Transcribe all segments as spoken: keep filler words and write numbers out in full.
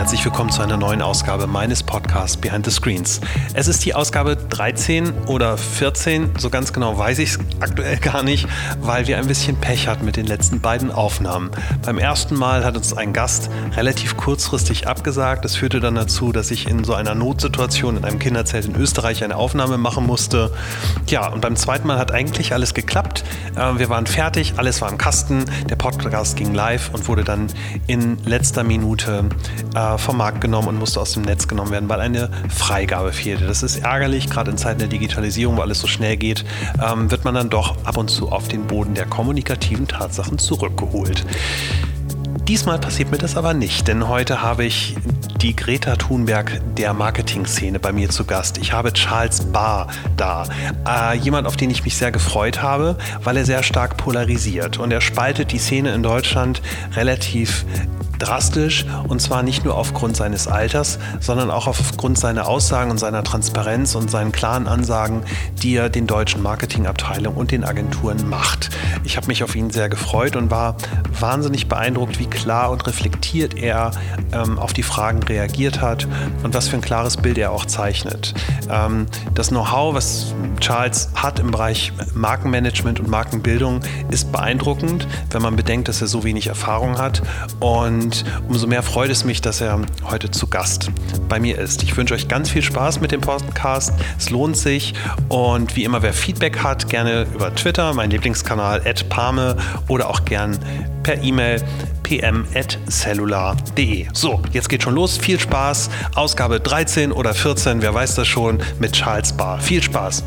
herzlich willkommen zu einer neuen Ausgabe meines Podcasts Behind the Screens. Es ist die Ausgabe dreizehn oder vierzehn, so ganz genau weiß ich es aktuell gar nicht, weil wir ein bisschen Pech hatten mit den letzten beiden Aufnahmen. Beim ersten Mal hat uns ein Gast relativ kurzfristig abgesagt. Das führte dann dazu, dass ich in so einer Notsituation in einem Kinderzelt in Österreich eine Aufnahme machen musste. Ja, und beim zweiten Mal hat eigentlich alles geklappt. Wir waren fertig, alles war im Kasten, der Podcast ging live und wurde dann in letzter Minute äh, vom Markt genommen und musste aus dem Netz genommen werden, weil eine Freigabe fehlte. Das ist ärgerlich, gerade in Zeiten der Digitalisierung, wo alles so schnell geht, ähm, wird man dann doch ab und zu auf den Boden der kommunikativen Tatsachen zurückgeholt. Diesmal passiert mir das aber nicht, denn heute habe ich die Greta Thunberg der Marketing-Szene bei mir zu Gast. Ich habe Charles Barr da, äh, jemand, auf den ich mich sehr gefreut habe, weil er sehr stark polarisiert und er spaltet die Szene in Deutschland relativ drastisch, und zwar nicht nur aufgrund seines Alters, sondern auch aufgrund seiner Aussagen und seiner Transparenz und seinen klaren Ansagen, die er den deutschen Marketingabteilungen und den Agenturen macht. Ich habe mich auf ihn sehr gefreut und war wahnsinnig beeindruckt, wie klar und reflektiert er ähm, auf die Fragen reagiert hat und was für ein klares Bild er auch zeichnet. Ähm, das Know-how, was Charles hat im Bereich Markenmanagement und Markenbildung, ist beeindruckend, wenn man bedenkt, dass er so wenig Erfahrung hat, und Und umso mehr freut es mich, dass er heute zu Gast bei mir ist. Ich wünsche euch ganz viel Spaß mit dem Podcast. Es lohnt sich. Und wie immer, wer Feedback hat, gerne über Twitter, mein Lieblingskanal at Parme, oder auch gern per E-Mail p m at cellular punkt d e. So, jetzt geht schon los. Viel Spaß. Ausgabe dreizehn oder vierzehn, wer weiß das schon, mit Charles Barr. Viel Spaß.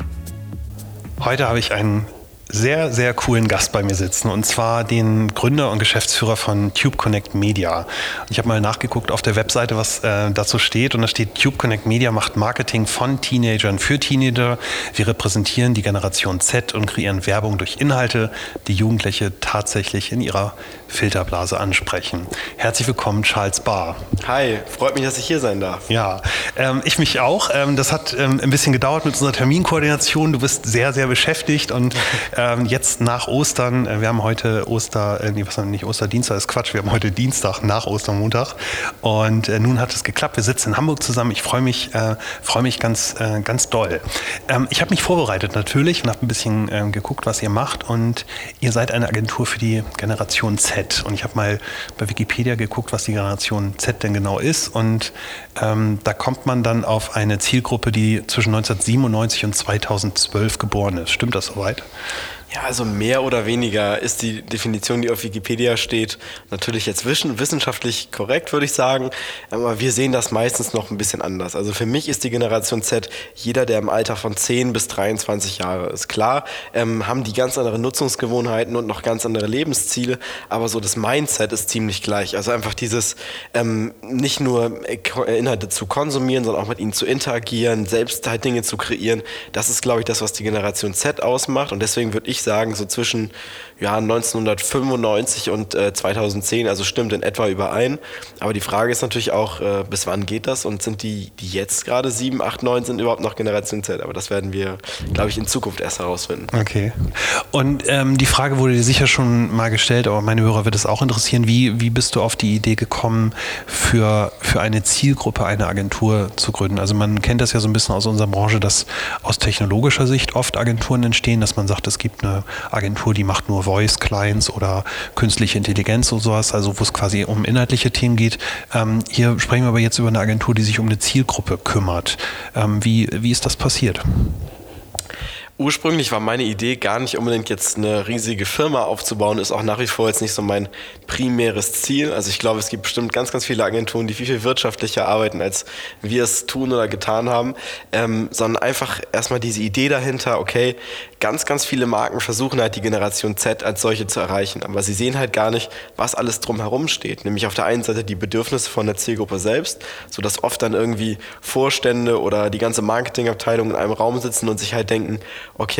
Heute habe ich einen sehr, sehr coolen Gast bei mir sitzen, und zwar den Gründer und Geschäftsführer von Tube Connect Media. Ich habe mal nachgeguckt auf der Webseite, was äh, dazu steht, und da steht: Tube Connect Media macht Marketing von Teenagern für Teenager. Wir repräsentieren die Generation Z und kreieren Werbung durch Inhalte, die Jugendliche tatsächlich in ihrer Filterblase ansprechen. Herzlich willkommen, Charles Barr. Hi, freut mich, dass ich hier sein darf. Ja, ähm, ich mich auch. Ähm, das hat ähm, ein bisschen gedauert mit unserer Terminkoordination. Du bist sehr, sehr beschäftigt, und ähm, jetzt nach Ostern, äh, wir haben heute Oster, äh, nee, was haben wir nicht, Osterdienstag ist Quatsch, wir haben heute Dienstag nach Ostermontag, und äh, nun hat es geklappt. Wir sitzen in Hamburg zusammen. Ich freue mich, äh, freue mich ganz, äh, ganz doll. Ähm, ich habe mich vorbereitet natürlich und habe ein bisschen äh, geguckt, was ihr macht, und ihr seid eine Agentur für die Generation Z. Und ich habe mal bei Wikipedia geguckt, was die Generation Z denn genau ist. Und ähm, da kommt man dann auf eine Zielgruppe, die zwischen neunzehnhundertsiebenundneunzig und zweitausendzwölf geboren ist. Stimmt das soweit? Ja, also mehr oder weniger ist die Definition, die auf Wikipedia steht, natürlich jetzt wissenschaftlich korrekt, würde ich sagen. Aber wir sehen das meistens noch ein bisschen anders. Also für mich ist die Generation Z jeder, der im Alter von zehn bis dreiundzwanzig Jahre ist. Klar, ähm, haben die ganz andere Nutzungsgewohnheiten und noch ganz andere Lebensziele, aber so das Mindset ist ziemlich gleich. Also einfach dieses, ähm, nicht nur Inhalte zu konsumieren, sondern auch mit ihnen zu interagieren, selbst halt Dinge zu kreieren. Das ist, glaube ich, das, was die Generation Z ausmacht, und deswegen würde ich sagen, so zwischen ja, neunzehnhundertfünfundneunzig und äh, zweitausendzehn, also stimmt in etwa überein. Aber die Frage ist natürlich auch, äh, bis wann geht das, und sind die, die jetzt gerade sieben, acht, neun, sind überhaupt noch Generation Z? Aber das werden wir, glaube ich, in Zukunft erst herausfinden. Okay. Und ähm, die Frage wurde dir sicher schon mal gestellt, aber meine Hörer wird es auch interessieren. Wie, wie bist du auf die Idee gekommen, für, für eine Zielgruppe eine Agentur zu gründen? Also man kennt das ja so ein bisschen aus unserer Branche, dass aus technologischer Sicht oft Agenturen entstehen, dass man sagt, es gibt eine Agentur, die macht nur Voice-Clients oder künstliche Intelligenz und sowas, also wo es quasi um inhaltliche Themen geht. Ähm, hier sprechen wir aber jetzt über eine Agentur, die sich um eine Zielgruppe kümmert. Ähm, wie, wie ist das passiert? Ursprünglich war meine Idee gar nicht unbedingt jetzt eine riesige Firma aufzubauen, ist auch nach wie vor jetzt nicht so mein primäres Ziel. Also ich glaube, es gibt bestimmt ganz, ganz viele Agenturen, die viel, viel wirtschaftlicher arbeiten, als wir es tun oder getan haben, ähm, sondern einfach erstmal diese Idee dahinter, okay, ganz, ganz viele Marken versuchen halt die Generation Z als solche zu erreichen, aber sie sehen halt gar nicht, was alles drumherum steht. Nämlich auf der einen Seite die Bedürfnisse von der Zielgruppe selbst, sodass oft dann irgendwie Vorstände oder die ganze Marketingabteilung in einem Raum sitzen und sich halt denken, okay,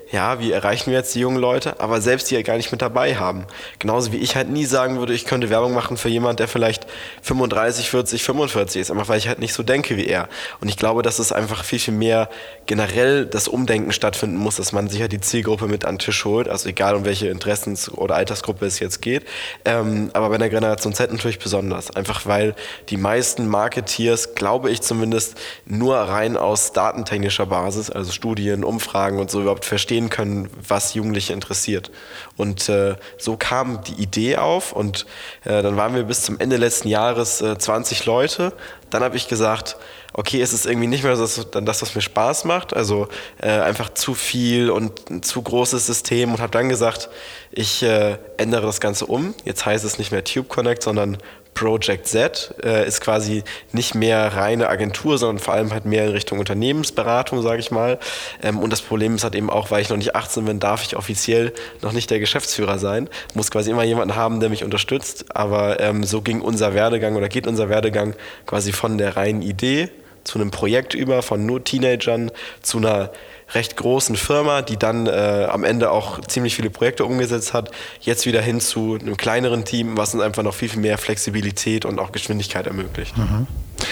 ja, wie erreichen wir jetzt die jungen Leute, aber selbst die ja gar nicht mit dabei haben. Genauso wie ich halt nie sagen würde, ich könnte Werbung machen für jemanden, der vielleicht fünfunddreißig, vierzig, fünfundvierzig ist, einfach weil ich halt nicht so denke wie er. Und ich glaube, dass es einfach viel, viel mehr generell das Umdenken stattfinden muss, dass man sich halt die Zielgruppe mit an den Tisch holt, also egal um welche Interessens- oder Altersgruppe es jetzt geht, ähm, aber bei der Generation Z natürlich besonders, einfach weil die meisten Marketeers, glaube ich zumindest, nur rein aus datentechnischer Basis, also Studien, Umfragen und so überhaupt verstehen können, was Jugendliche interessiert. Und äh, so kam die Idee auf und äh, dann waren wir bis zum Ende letzten Jahres äh, zwanzig Leute. Dann habe ich gesagt, okay, es ist irgendwie nicht mehr das, das was mir Spaß macht, also äh, einfach zu viel und ein zu großes System und habe dann gesagt, ich äh, ändere das Ganze um. Jetzt heißt es nicht mehr Tube Connect, sondern Project Z, äh, ist quasi nicht mehr reine Agentur, sondern vor allem halt mehr in Richtung Unternehmensberatung, sage ich mal. Ähm, und das Problem ist halt eben auch, weil ich noch nicht achtzehn bin, darf ich offiziell noch nicht der Geschäftsführer sein. Muss quasi immer jemanden haben, der mich unterstützt. Aber ähm, so ging unser Werdegang oder geht unser Werdegang quasi von der reinen Idee zu einem Projekt über, von nur Teenagern zu einer recht großen Firma, die dann äh, am Ende auch ziemlich viele Projekte umgesetzt hat, jetzt wieder hin zu einem kleineren Team, was uns einfach noch viel, viel mehr Flexibilität und auch Geschwindigkeit ermöglicht. Mhm.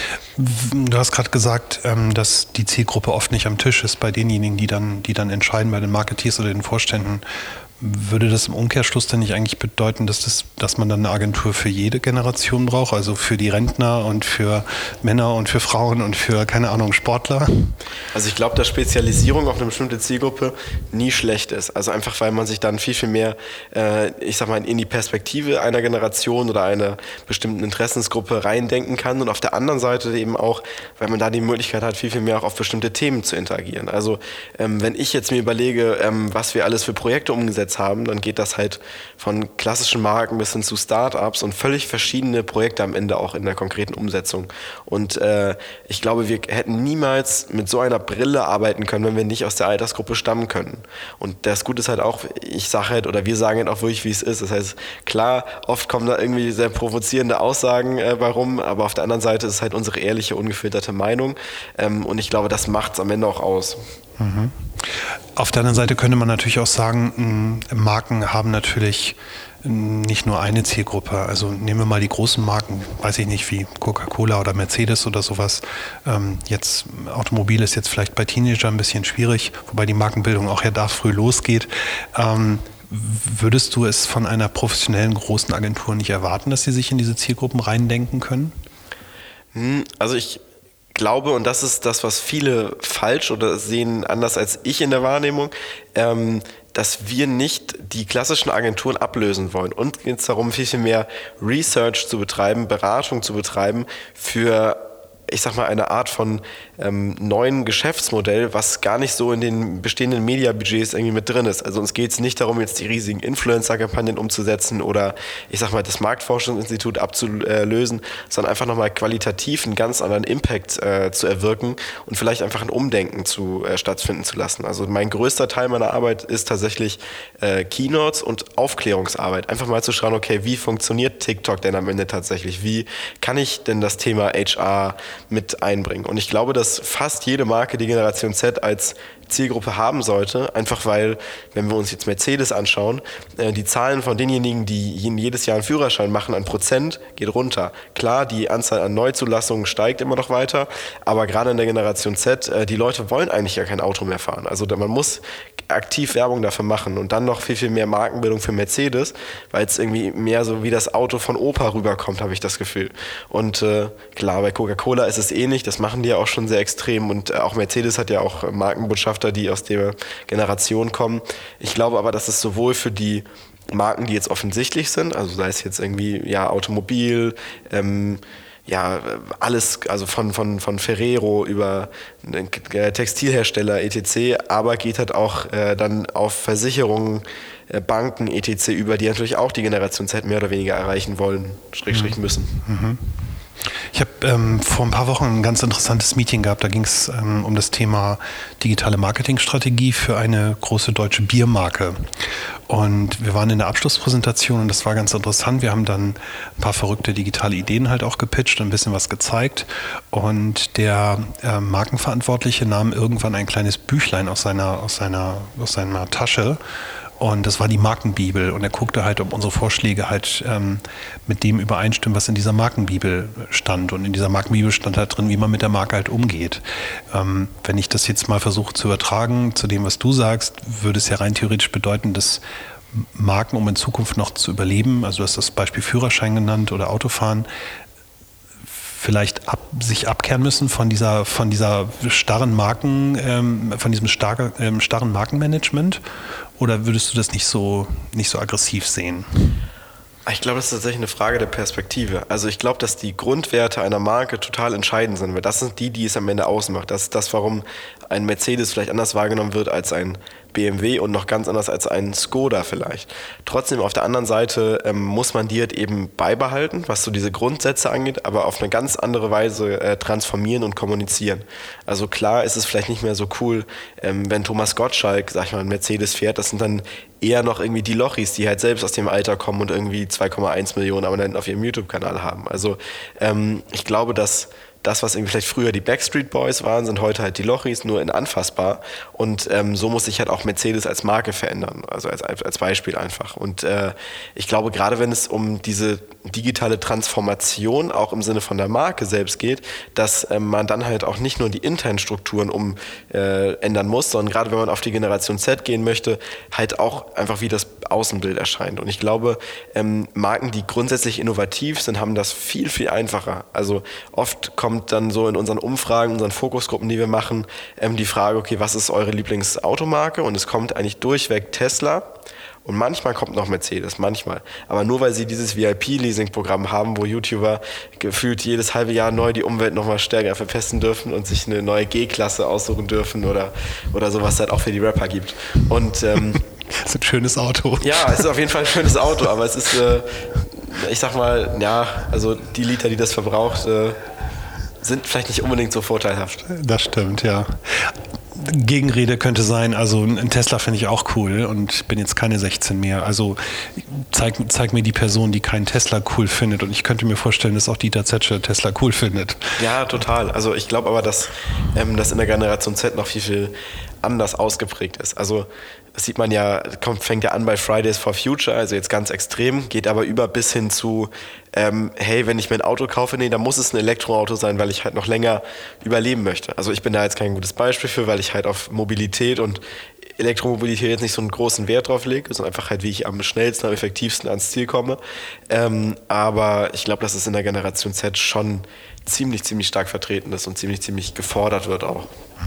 Du hast gerade gesagt, dass die Zielgruppe oft nicht am Tisch ist bei denjenigen, die dann, die dann entscheiden, bei den Marketeers oder den Vorständen. Würde das im Umkehrschluss dann nicht eigentlich bedeuten, dass, das, dass man dann eine Agentur für jede Generation braucht, also für die Rentner und für Männer und für Frauen und für, keine Ahnung, Sportler? Also ich glaube, dass Spezialisierung auf eine bestimmte Zielgruppe nie schlecht ist. Also einfach, weil man sich dann viel, viel mehr, äh, ich sag mal, in die Perspektive einer Generation oder einer bestimmten Interessensgruppe reindenken kann und auf der anderen Seite eben auch, weil man da die Möglichkeit hat, viel, viel mehr auch auf bestimmte Themen zu interagieren. Also ähm, wenn ich jetzt mir überlege, ähm, was wir alles für Projekte umgesetzt haben, dann geht das halt von klassischen Marken bis hin zu Startups und völlig verschiedene Projekte am Ende auch in der konkreten Umsetzung. Und äh, ich glaube, wir hätten niemals mit so einer Brille arbeiten können, wenn wir nicht aus der Altersgruppe stammen können. Und das Gute ist halt auch, ich sage halt, oder wir sagen halt auch wirklich, wie es ist. Das heißt, klar, oft kommen da irgendwie sehr provozierende Aussagen äh, bei rum, aber auf der anderen Seite ist es halt unsere ehrliche, ungefilterte Meinung. Ähm, und ich glaube, das macht es am Ende auch aus. Mhm. Auf der anderen Seite könnte man natürlich auch sagen, Marken haben natürlich nicht nur eine Zielgruppe. Also nehmen wir mal die großen Marken, weiß ich nicht, wie Coca-Cola oder Mercedes oder sowas. Jetzt Automobil ist jetzt vielleicht bei Teenagern ein bisschen schwierig, wobei die Markenbildung auch ja da früh losgeht. Würdest du es von einer professionellen großen Agentur nicht erwarten, dass sie sich in diese Zielgruppen reindenken können? Also ich glaube, und das ist das, was viele falsch oder sehen anders als ich in der Wahrnehmung, ähm, dass wir nicht die klassischen Agenturen ablösen wollen. Uns geht es darum, viel, viel mehr Research zu betreiben, Beratung zu betreiben für, ich sag mal, eine Art von ähm, neuen Geschäftsmodell, was gar nicht so in den bestehenden Media-Budgets irgendwie mit drin ist. Also uns geht es nicht darum, jetzt die riesigen Influencer-Kampagnen umzusetzen oder, ich sag mal, das Marktforschungsinstitut abzulösen, sondern einfach nochmal qualitativ einen ganz anderen Impact äh, zu erwirken und vielleicht einfach ein Umdenken zu, äh, stattfinden zu lassen. Also mein größter Teil meiner Arbeit ist tatsächlich äh, Keynotes und Aufklärungsarbeit. Einfach mal zu schauen, okay, wie funktioniert TikTok denn am Ende tatsächlich? Wie kann ich denn das Thema H R mit einbringen? Und ich glaube, dass fast jede Marke die Generation Z als Zielgruppe haben sollte, einfach weil, wenn wir uns jetzt Mercedes anschauen, äh, die Zahlen von denjenigen, die jedes Jahr einen Führerschein machen, an Prozent, geht runter. Klar, die Anzahl an Neuzulassungen steigt immer noch weiter, aber gerade in der Generation Z, äh, die Leute wollen eigentlich ja kein Auto mehr fahren. Also da, man muss aktiv Werbung dafür machen und dann noch viel, viel mehr Markenbildung für Mercedes, weil es irgendwie mehr so wie das Auto von Opa rüberkommt, habe ich das Gefühl. Und äh, klar, bei Coca-Cola ist es ähnlich, das machen die ja auch schon sehr extrem und äh, auch Mercedes hat ja auch Markenbotschafter, die aus der Generation kommen. Ich glaube aber, dass es sowohl für die Marken, die jetzt offensichtlich sind, also sei es jetzt irgendwie ja Automobil, ähm, ja, alles, also von, von, von Ferrero über Textilhersteller et cetera, aber geht halt auch äh, dann auf Versicherungen, äh, Banken et cetera über, die natürlich auch die Generation Z mehr oder weniger erreichen wollen, Schrägstrich müssen. Mhm. Ich habe ähm, vor ein paar Wochen ein ganz interessantes Meeting gehabt. Da ging es ähm, um das Thema digitale Marketingstrategie für eine große deutsche Biermarke. Und wir waren in der Abschlusspräsentation und das war ganz interessant. Wir haben dann ein paar verrückte digitale Ideen halt auch gepitcht und ein bisschen was gezeigt. Und der äh, Markenverantwortliche nahm irgendwann ein kleines Büchlein aus seiner, aus seiner, aus seiner Tasche. Und das war die Markenbibel. Und er guckte halt, ob unsere Vorschläge halt ähm, mit dem übereinstimmen, was in dieser Markenbibel stand. Und in dieser Markenbibel stand halt drin, wie man mit der Marke halt umgeht. Ähm, wenn ich das jetzt mal versuche zu übertragen zu dem, was du sagst, würde es ja rein theoretisch bedeuten, dass Marken, um in Zukunft noch zu überleben, also du hast das Beispiel Führerschein genannt oder Autofahren, vielleicht ab, sich abkehren müssen von dieser, von dieser starren Marken, ähm, von diesem starke, ähm, starren Markenmanagement? Oder würdest du das nicht so, nicht so aggressiv sehen? Ich glaube, das ist tatsächlich eine Frage der Perspektive. Also ich glaube, dass die Grundwerte einer Marke total entscheidend sind, weil das sind die, die es am Ende ausmacht. Das ist das, warum ein Mercedes vielleicht anders wahrgenommen wird als ein B M W und noch ganz anders als ein Skoda vielleicht. Trotzdem auf der anderen Seite ähm, muss man die halt eben beibehalten, was so diese Grundsätze angeht, aber auf eine ganz andere Weise äh, transformieren und kommunizieren. Also klar ist es vielleicht nicht mehr so cool, ähm, wenn Thomas Gottschalk, sag ich mal, ein Mercedes fährt, das sind dann eher noch irgendwie die Lochis, die halt selbst aus dem Alter kommen und irgendwie zwei Komma eins Millionen Abonnenten auf ihrem YouTube-Kanal haben. Also ähm, ich glaube, dass das, was irgendwie vielleicht früher die Backstreet Boys waren, sind heute halt die Lochis, nur in anfassbar. Und ähm, so muss sich halt auch Mercedes als Marke verändern, also als, als Beispiel einfach. Und äh, ich glaube, gerade wenn es um diese digitale Transformation auch im Sinne von der Marke selbst geht, dass ähm, man dann halt auch nicht nur die internen Strukturen um äh, ändern muss, sondern gerade wenn man auf die Generation Z gehen möchte, halt auch einfach wie das Außenbild erscheint. Und ich glaube, ähm, Marken, die grundsätzlich innovativ sind, haben das viel, viel einfacher. Also oft kommt dann so in unseren Umfragen, unseren Fokusgruppen, die wir machen, ähm, die Frage, okay, was ist eure Lieblingsautomarke? Und es kommt eigentlich durchweg Tesla. Und manchmal kommt noch Mercedes, manchmal. Aber nur weil sie dieses V I P-Leasing-Programm haben, wo YouTuber gefühlt jedes halbe Jahr neu die Umwelt nochmal stärker verpesten dürfen und sich eine neue G-Klasse aussuchen dürfen oder, oder sowas halt auch für die Rapper gibt. Und ähm, das ist ein schönes Auto. Ja, es ist auf jeden Fall ein schönes Auto, aber es ist, äh, ich sag mal, ja, also die Liter, die das verbraucht, äh, sind vielleicht nicht unbedingt so vorteilhaft. Das stimmt, ja. Gegenrede könnte sein, also ein Tesla finde ich auch cool und ich bin jetzt keine sechzehn mehr. Also zeig, zeig mir die Person, die keinen Tesla cool findet und ich könnte mir vorstellen, dass auch Dieter Zetsche Tesla cool findet. Ja, total. Also ich glaube aber, dass ähm, das in der Generation Z noch viel, viel anders ausgeprägt ist. Also das sieht man ja, kommt, fängt ja an bei Fridays for Future, also jetzt ganz extrem, geht aber über bis hin zu, ähm, hey, wenn ich mir ein Auto kaufe, nee, dann muss es ein Elektroauto sein, weil ich halt noch länger überleben möchte. Also ich bin da jetzt kein gutes Beispiel für, weil ich halt auf Mobilität und Elektromobilität jetzt nicht so einen großen Wert drauf lege, sondern einfach halt, wie ich am schnellsten, am effektivsten ans Ziel komme. Ähm, aber ich glaube, dass es in der Generation Z schon ziemlich, ziemlich stark vertreten ist und ziemlich, ziemlich gefordert wird auch.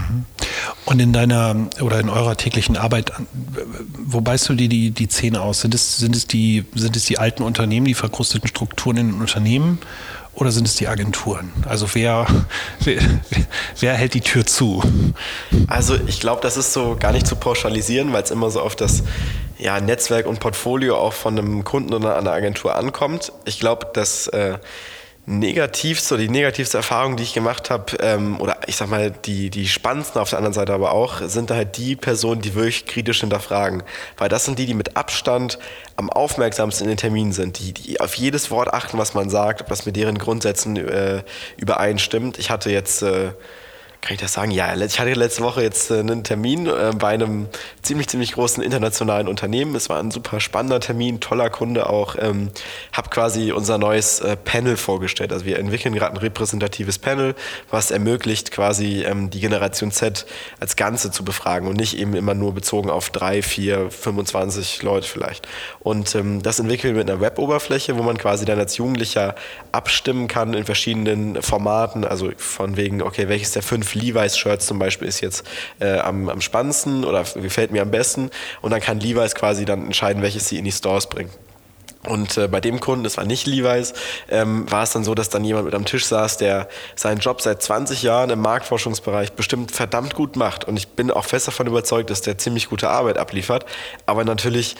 Und in deiner oder in eurer täglichen Arbeit, wo beißt du dir die, die Zähne aus? Sind es, sind, es die, sind es die alten Unternehmen, die verkrusteten Strukturen in den Unternehmen oder sind es die Agenturen? Also wer, wer, wer hält die Tür zu? Also ich glaube, das ist so gar nicht zu pauschalisieren, weil es immer so auf das ja, Netzwerk und Portfolio auch von einem Kunden oder einer Agentur ankommt. Ich glaube, dass äh, negativste oder die negativste Erfahrung, die ich gemacht habe, ähm, oder ich sag mal, die, die spannendsten auf der anderen Seite aber auch, sind halt die Personen, die wirklich kritisch hinterfragen. Weil das sind die, die mit Abstand am aufmerksamsten in den Terminen sind, die, die auf jedes Wort achten, was man sagt, ob das mit deren Grundsätzen äh, übereinstimmt. Ich hatte jetzt... Äh, Kann ich das sagen? Ja, ich hatte letzte Woche jetzt einen Termin bei einem ziemlich, ziemlich großen internationalen Unternehmen. Es war ein super spannender Termin, toller Kunde auch. Ähm, habe quasi unser neues äh, Panel vorgestellt. Also wir entwickeln gerade ein repräsentatives Panel, was ermöglicht, quasi ähm, die Generation Z als Ganze zu befragen und nicht eben immer nur bezogen auf drei, vier, fünfundzwanzig Leute vielleicht. Und ähm, das entwickeln wir mit einer Web-Oberfläche, wo man quasi dann als Jugendlicher abstimmen kann in verschiedenen Formaten. Also von wegen, okay, welches der fünf Levi's-Shirts zum Beispiel ist jetzt äh, am, am spannendsten oder gefällt mir am besten. Und dann kann Levi's quasi dann entscheiden, welches sie in die Stores bringen. Und äh, bei dem Kunden, das war nicht Levi's, ähm, war es dann so, dass dann jemand mit am Tisch saß, der seinen Job seit zwanzig Jahren im Marktforschungsbereich bestimmt verdammt gut macht. Und ich bin auch fest davon überzeugt, dass der ziemlich gute Arbeit abliefert, aber natürlich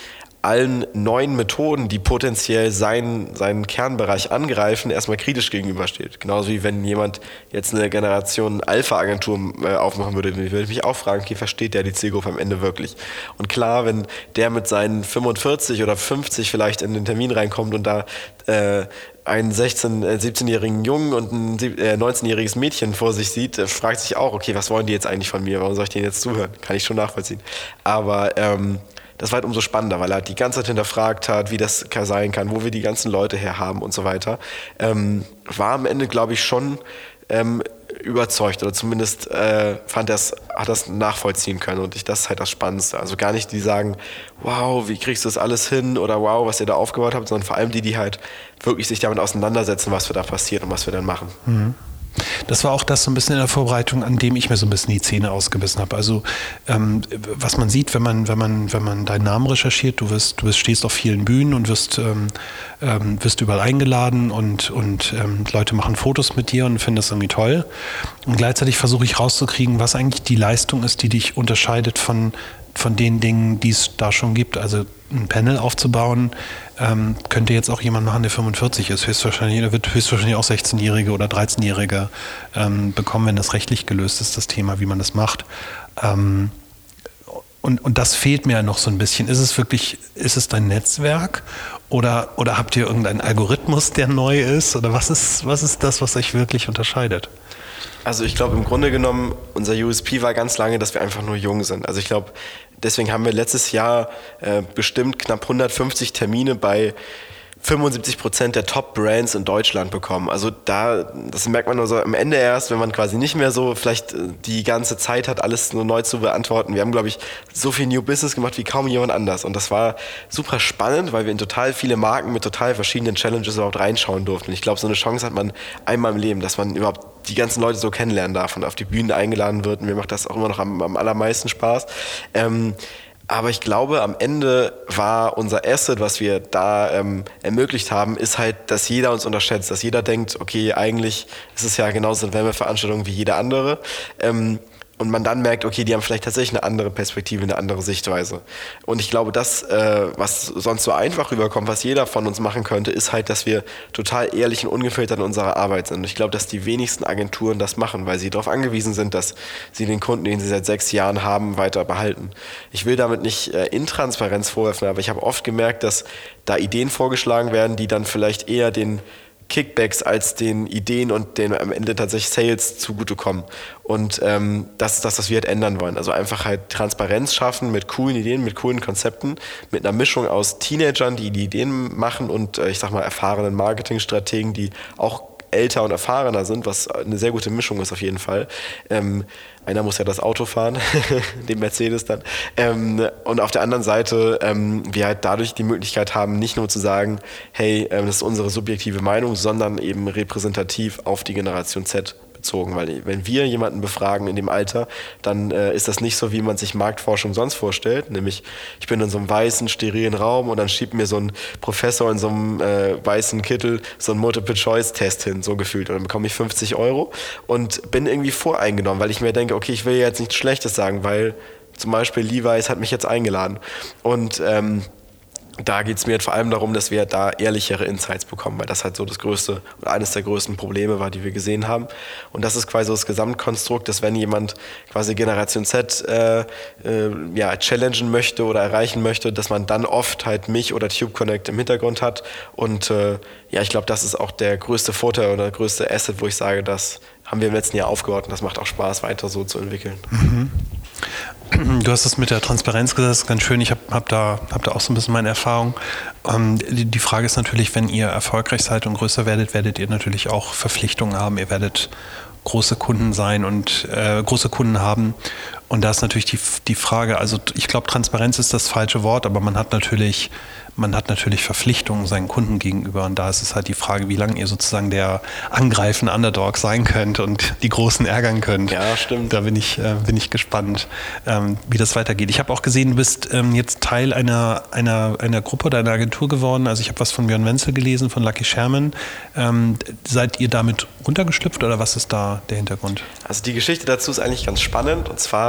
allen neuen Methoden, die potenziell seinen, seinen Kernbereich angreifen, erstmal kritisch gegenübersteht. Genauso wie wenn jemand jetzt eine Generation Alpha-Agentur äh, aufmachen würde, würde ich mich auch fragen, okay, versteht der die Zielgruppe am Ende wirklich? Und klar, wenn der mit seinen fünfundvierzig oder fünfzig vielleicht in den Termin reinkommt und da äh, einen sechzehn-, siebzehnjährigen Jungen und ein neunzehnjähriges Mädchen vor sich sieht, fragt sich auch, okay, was wollen die jetzt eigentlich von mir? Warum soll ich denen jetzt zuhören? Kann ich schon nachvollziehen. Aber ähm, das war halt umso spannender, weil er halt die ganze Zeit hinterfragt hat, wie das sein kann, wo wir die ganzen Leute her haben und so weiter. Ähm, war am Ende, glaube ich, schon ähm, überzeugt oder zumindest äh, fand das, hat das nachvollziehen können und ich, das ist halt das Spannendste. Also gar nicht die sagen, wow, wie kriegst du das alles hin oder wow, was ihr da aufgebaut habt, sondern vor allem die, die halt wirklich sich damit auseinandersetzen, was da passiert und was wir dann machen. Mhm. Das war auch das so ein bisschen in der Vorbereitung, an dem ich mir so ein bisschen die Zähne ausgebissen habe. Also ähm, was man sieht, wenn man, wenn man, wenn man deinen Namen recherchiert, du wirst, du wirst, stehst auf vielen Bühnen und wirst, ähm, ähm, wirst überall eingeladen und, und ähm, Leute machen Fotos mit dir und finden das irgendwie toll. Und gleichzeitig versuche ich rauszukriegen, was eigentlich die Leistung ist, die dich unterscheidet von, von den Dingen, die es da schon gibt. Also ein Panel aufzubauen, ähm, könnte jetzt auch jemand machen, der fünfundvierzig ist. Höchstwahrscheinlich, er wird höchstwahrscheinlich auch sechzehnjährige oder dreizehnjährige ähm, bekommen, wenn das rechtlich gelöst ist, das Thema, wie man das macht. Ähm, und, und das fehlt mir noch so ein bisschen. Ist es wirklich, ist es dein Netzwerk oder, oder habt ihr irgendeinen Algorithmus, der neu ist? Oder was ist, was ist das, was euch wirklich unterscheidet? Also ich glaube, im Grunde genommen, unser U S P war ganz lange, dass wir einfach nur jung sind. Also ich glaube, deswegen haben wir letztes Jahr äh, bestimmt knapp hundertfünfzig Termine bei fünfundsiebzig Prozent der Top-Brands in Deutschland bekommen. Also da, das merkt man nur so am Ende erst, wenn man quasi nicht mehr so vielleicht die ganze Zeit hat, alles nur neu zu beantworten. Wir haben, glaube ich, so viel New Business gemacht wie kaum jemand anders. Und das war super spannend, weil wir in total viele Marken mit total verschiedenen Challenges überhaupt reinschauen durften. Und ich glaube, so eine Chance hat man einmal im Leben, dass man überhaupt die ganzen Leute so kennenlernen darf und auf die Bühnen eingeladen wird. Und mir macht das auch immer noch am, am allermeisten Spaß. Ähm, Aber ich glaube, am Ende war unser Asset, was wir da ähm, ermöglicht haben, ist halt, dass jeder uns unterschätzt, dass jeder denkt, okay, eigentlich ist es ja genauso eine Werbeveranstaltung wie jede andere. Ähm, und man dann merkt, okay, die haben vielleicht tatsächlich eine andere Perspektive, eine andere Sichtweise. Und ich glaube, das, äh, was sonst so einfach rüberkommt, was jeder von uns machen könnte, ist halt, dass wir total ehrlich und ungefiltert in unserer Arbeit sind. Und ich glaube, dass die wenigsten Agenturen das machen, weil sie darauf angewiesen sind, dass sie den Kunden, den sie seit sechs Jahren haben, weiter behalten. Ich will damit nicht äh, Intransparenz vorwerfen, aber ich habe oft gemerkt, dass da Ideen vorgeschlagen werden, die dann vielleicht eher den Kickbacks als den Ideen und den am Ende tatsächlich Sales zugutekommen. Und ähm, das ist das, was wir halt ändern wollen. Also einfach halt Transparenz schaffen mit coolen Ideen, mit coolen Konzepten, mit einer Mischung aus Teenagern, die die Ideen machen und äh, ich sag mal erfahrenen Marketingstrategen, die auch älter und erfahrener sind, was eine sehr gute Mischung ist auf jeden Fall. Ähm, einer muss ja das Auto fahren, den Mercedes dann. Ähm, und auf der anderen Seite ähm, wir halt dadurch die Möglichkeit haben, nicht nur zu sagen, hey, ähm, das ist unsere subjektive Meinung, sondern eben repräsentativ auf die Generation Z bezogen. Weil wenn wir jemanden befragen in dem Alter, dann äh, ist das nicht so, wie man sich Marktforschung sonst vorstellt. Nämlich, ich bin in so einem weißen, sterilen Raum und dann schiebt mir so ein Professor in so einem äh, weißen Kittel so einen Multiple-Choice-Test hin, so gefühlt. Und dann bekomme ich fünfzig Euro und bin irgendwie voreingenommen, weil ich mir denke, okay, ich will jetzt nichts Schlechtes sagen, weil zum Beispiel Levi's hat mich jetzt eingeladen. Und ähm, da geht es mir halt vor allem darum, dass wir da ehrlichere Insights bekommen, weil das halt so das größte oder eines der größten Probleme war, die wir gesehen haben. Und das ist quasi so das Gesamtkonstrukt, dass wenn jemand quasi Generation Z äh, äh, ja, challengen möchte oder erreichen möchte, dass man dann oft halt mich oder Tube Connect im Hintergrund hat. Und äh, ja, ich glaube, das ist auch der größte Vorteil oder der größte Asset, wo ich sage, das haben wir im letzten Jahr aufgebaut und das macht auch Spaß, weiter so zu entwickeln. Mhm. Du hast es mit der Transparenz gesagt, das ist ganz schön. Ich habe hab da, hab da auch so ein bisschen meine Erfahrung. Ähm, die, die Frage ist natürlich, wenn ihr erfolgreich seid und größer werdet, werdet ihr natürlich auch Verpflichtungen haben. Ihr werdet große Kunden sein und äh, große Kunden haben. Und da ist natürlich die, die Frage, also ich glaube, Transparenz ist das falsche Wort, aber man hat natürlich Man hat natürlich Verpflichtungen seinen Kunden gegenüber und da ist es halt die Frage, wie lange ihr sozusagen der angreifende Underdog sein könnt und die Großen ärgern könnt. Ja, stimmt. Da bin ich, äh, bin ich gespannt, ähm, wie das weitergeht. Ich habe auch gesehen, du bist ähm, jetzt Teil einer, einer, einer Gruppe oder einer Agentur geworden. Also ich habe was von Björn Wenzel gelesen, von Lucky Sherman. Ähm, seid ihr damit runtergeschlüpft oder was ist da der Hintergrund? Also die Geschichte dazu ist eigentlich ganz spannend und zwar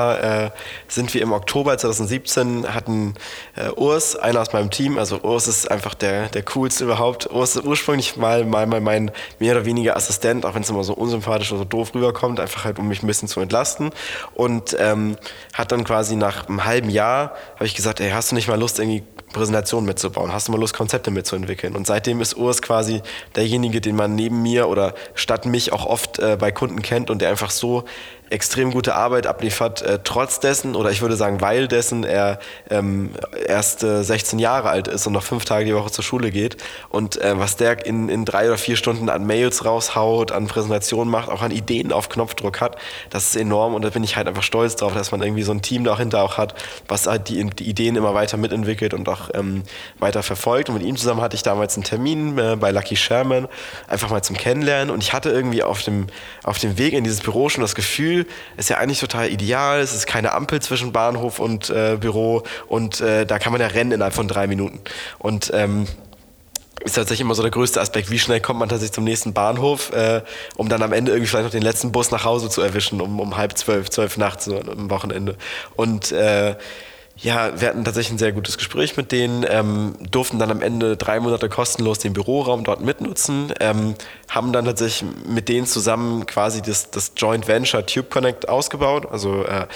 zwar äh, sind wir im Oktober zwanzig siebzehn, hatten äh, Urs, einer aus meinem Team, also Urs ist einfach der, der coolste überhaupt. Urs ist ursprünglich mal, mal, mal mein mehr oder weniger Assistent, auch wenn es immer so unsympathisch oder so doof rüberkommt, einfach halt, um mich ein bisschen zu entlasten. Und ähm, hat dann quasi nach einem halben Jahr, habe ich gesagt, ey, hast du nicht mal Lust, irgendwie Präsentationen mitzubauen? Hast du mal Lust, Konzepte mitzuentwickeln? Und seitdem ist Urs quasi derjenige, den man neben mir oder statt mich auch oft äh, bei Kunden kennt und der einfach so extrem gute Arbeit abliefert, äh, trotz dessen, oder ich würde sagen, weil dessen er ähm, erst äh, sechzehn Jahre alt ist und noch fünf Tage die Woche zur Schule geht. Und äh, was der in, in drei oder vier Stunden an Mails raushaut, an Präsentationen macht, auch an Ideen auf Knopfdruck hat, das ist enorm. Und da bin ich halt einfach stolz drauf, dass man irgendwie so ein Team dahinter auch hat, was halt die, die Ideen immer weiter mitentwickelt und auch ähm, weiter verfolgt. Und mit ihm zusammen hatte ich damals einen Termin äh, bei Lucky Sherman, einfach mal zum Kennenlernen. Und ich hatte irgendwie auf dem, auf dem Weg in dieses Büro schon das Gefühl, ist ja eigentlich total ideal, es ist keine Ampel zwischen Bahnhof und äh, Büro und äh, da kann man ja rennen innerhalb von drei Minuten. Und ähm, ist tatsächlich immer so der größte Aspekt, wie schnell kommt man tatsächlich zum nächsten Bahnhof, äh, um dann am Ende irgendwie vielleicht noch den letzten Bus nach Hause zu erwischen, um, um halb zwölf, zwölf nachts so, am Wochenende. Und äh, ja, wir hatten tatsächlich ein sehr gutes Gespräch mit denen, ähm, durften dann am Ende drei Monate kostenlos den Büroraum dort mitnutzen, ähm, haben dann tatsächlich mit denen zusammen quasi das, das Joint Venture Tube Connect ausgebaut, also äh,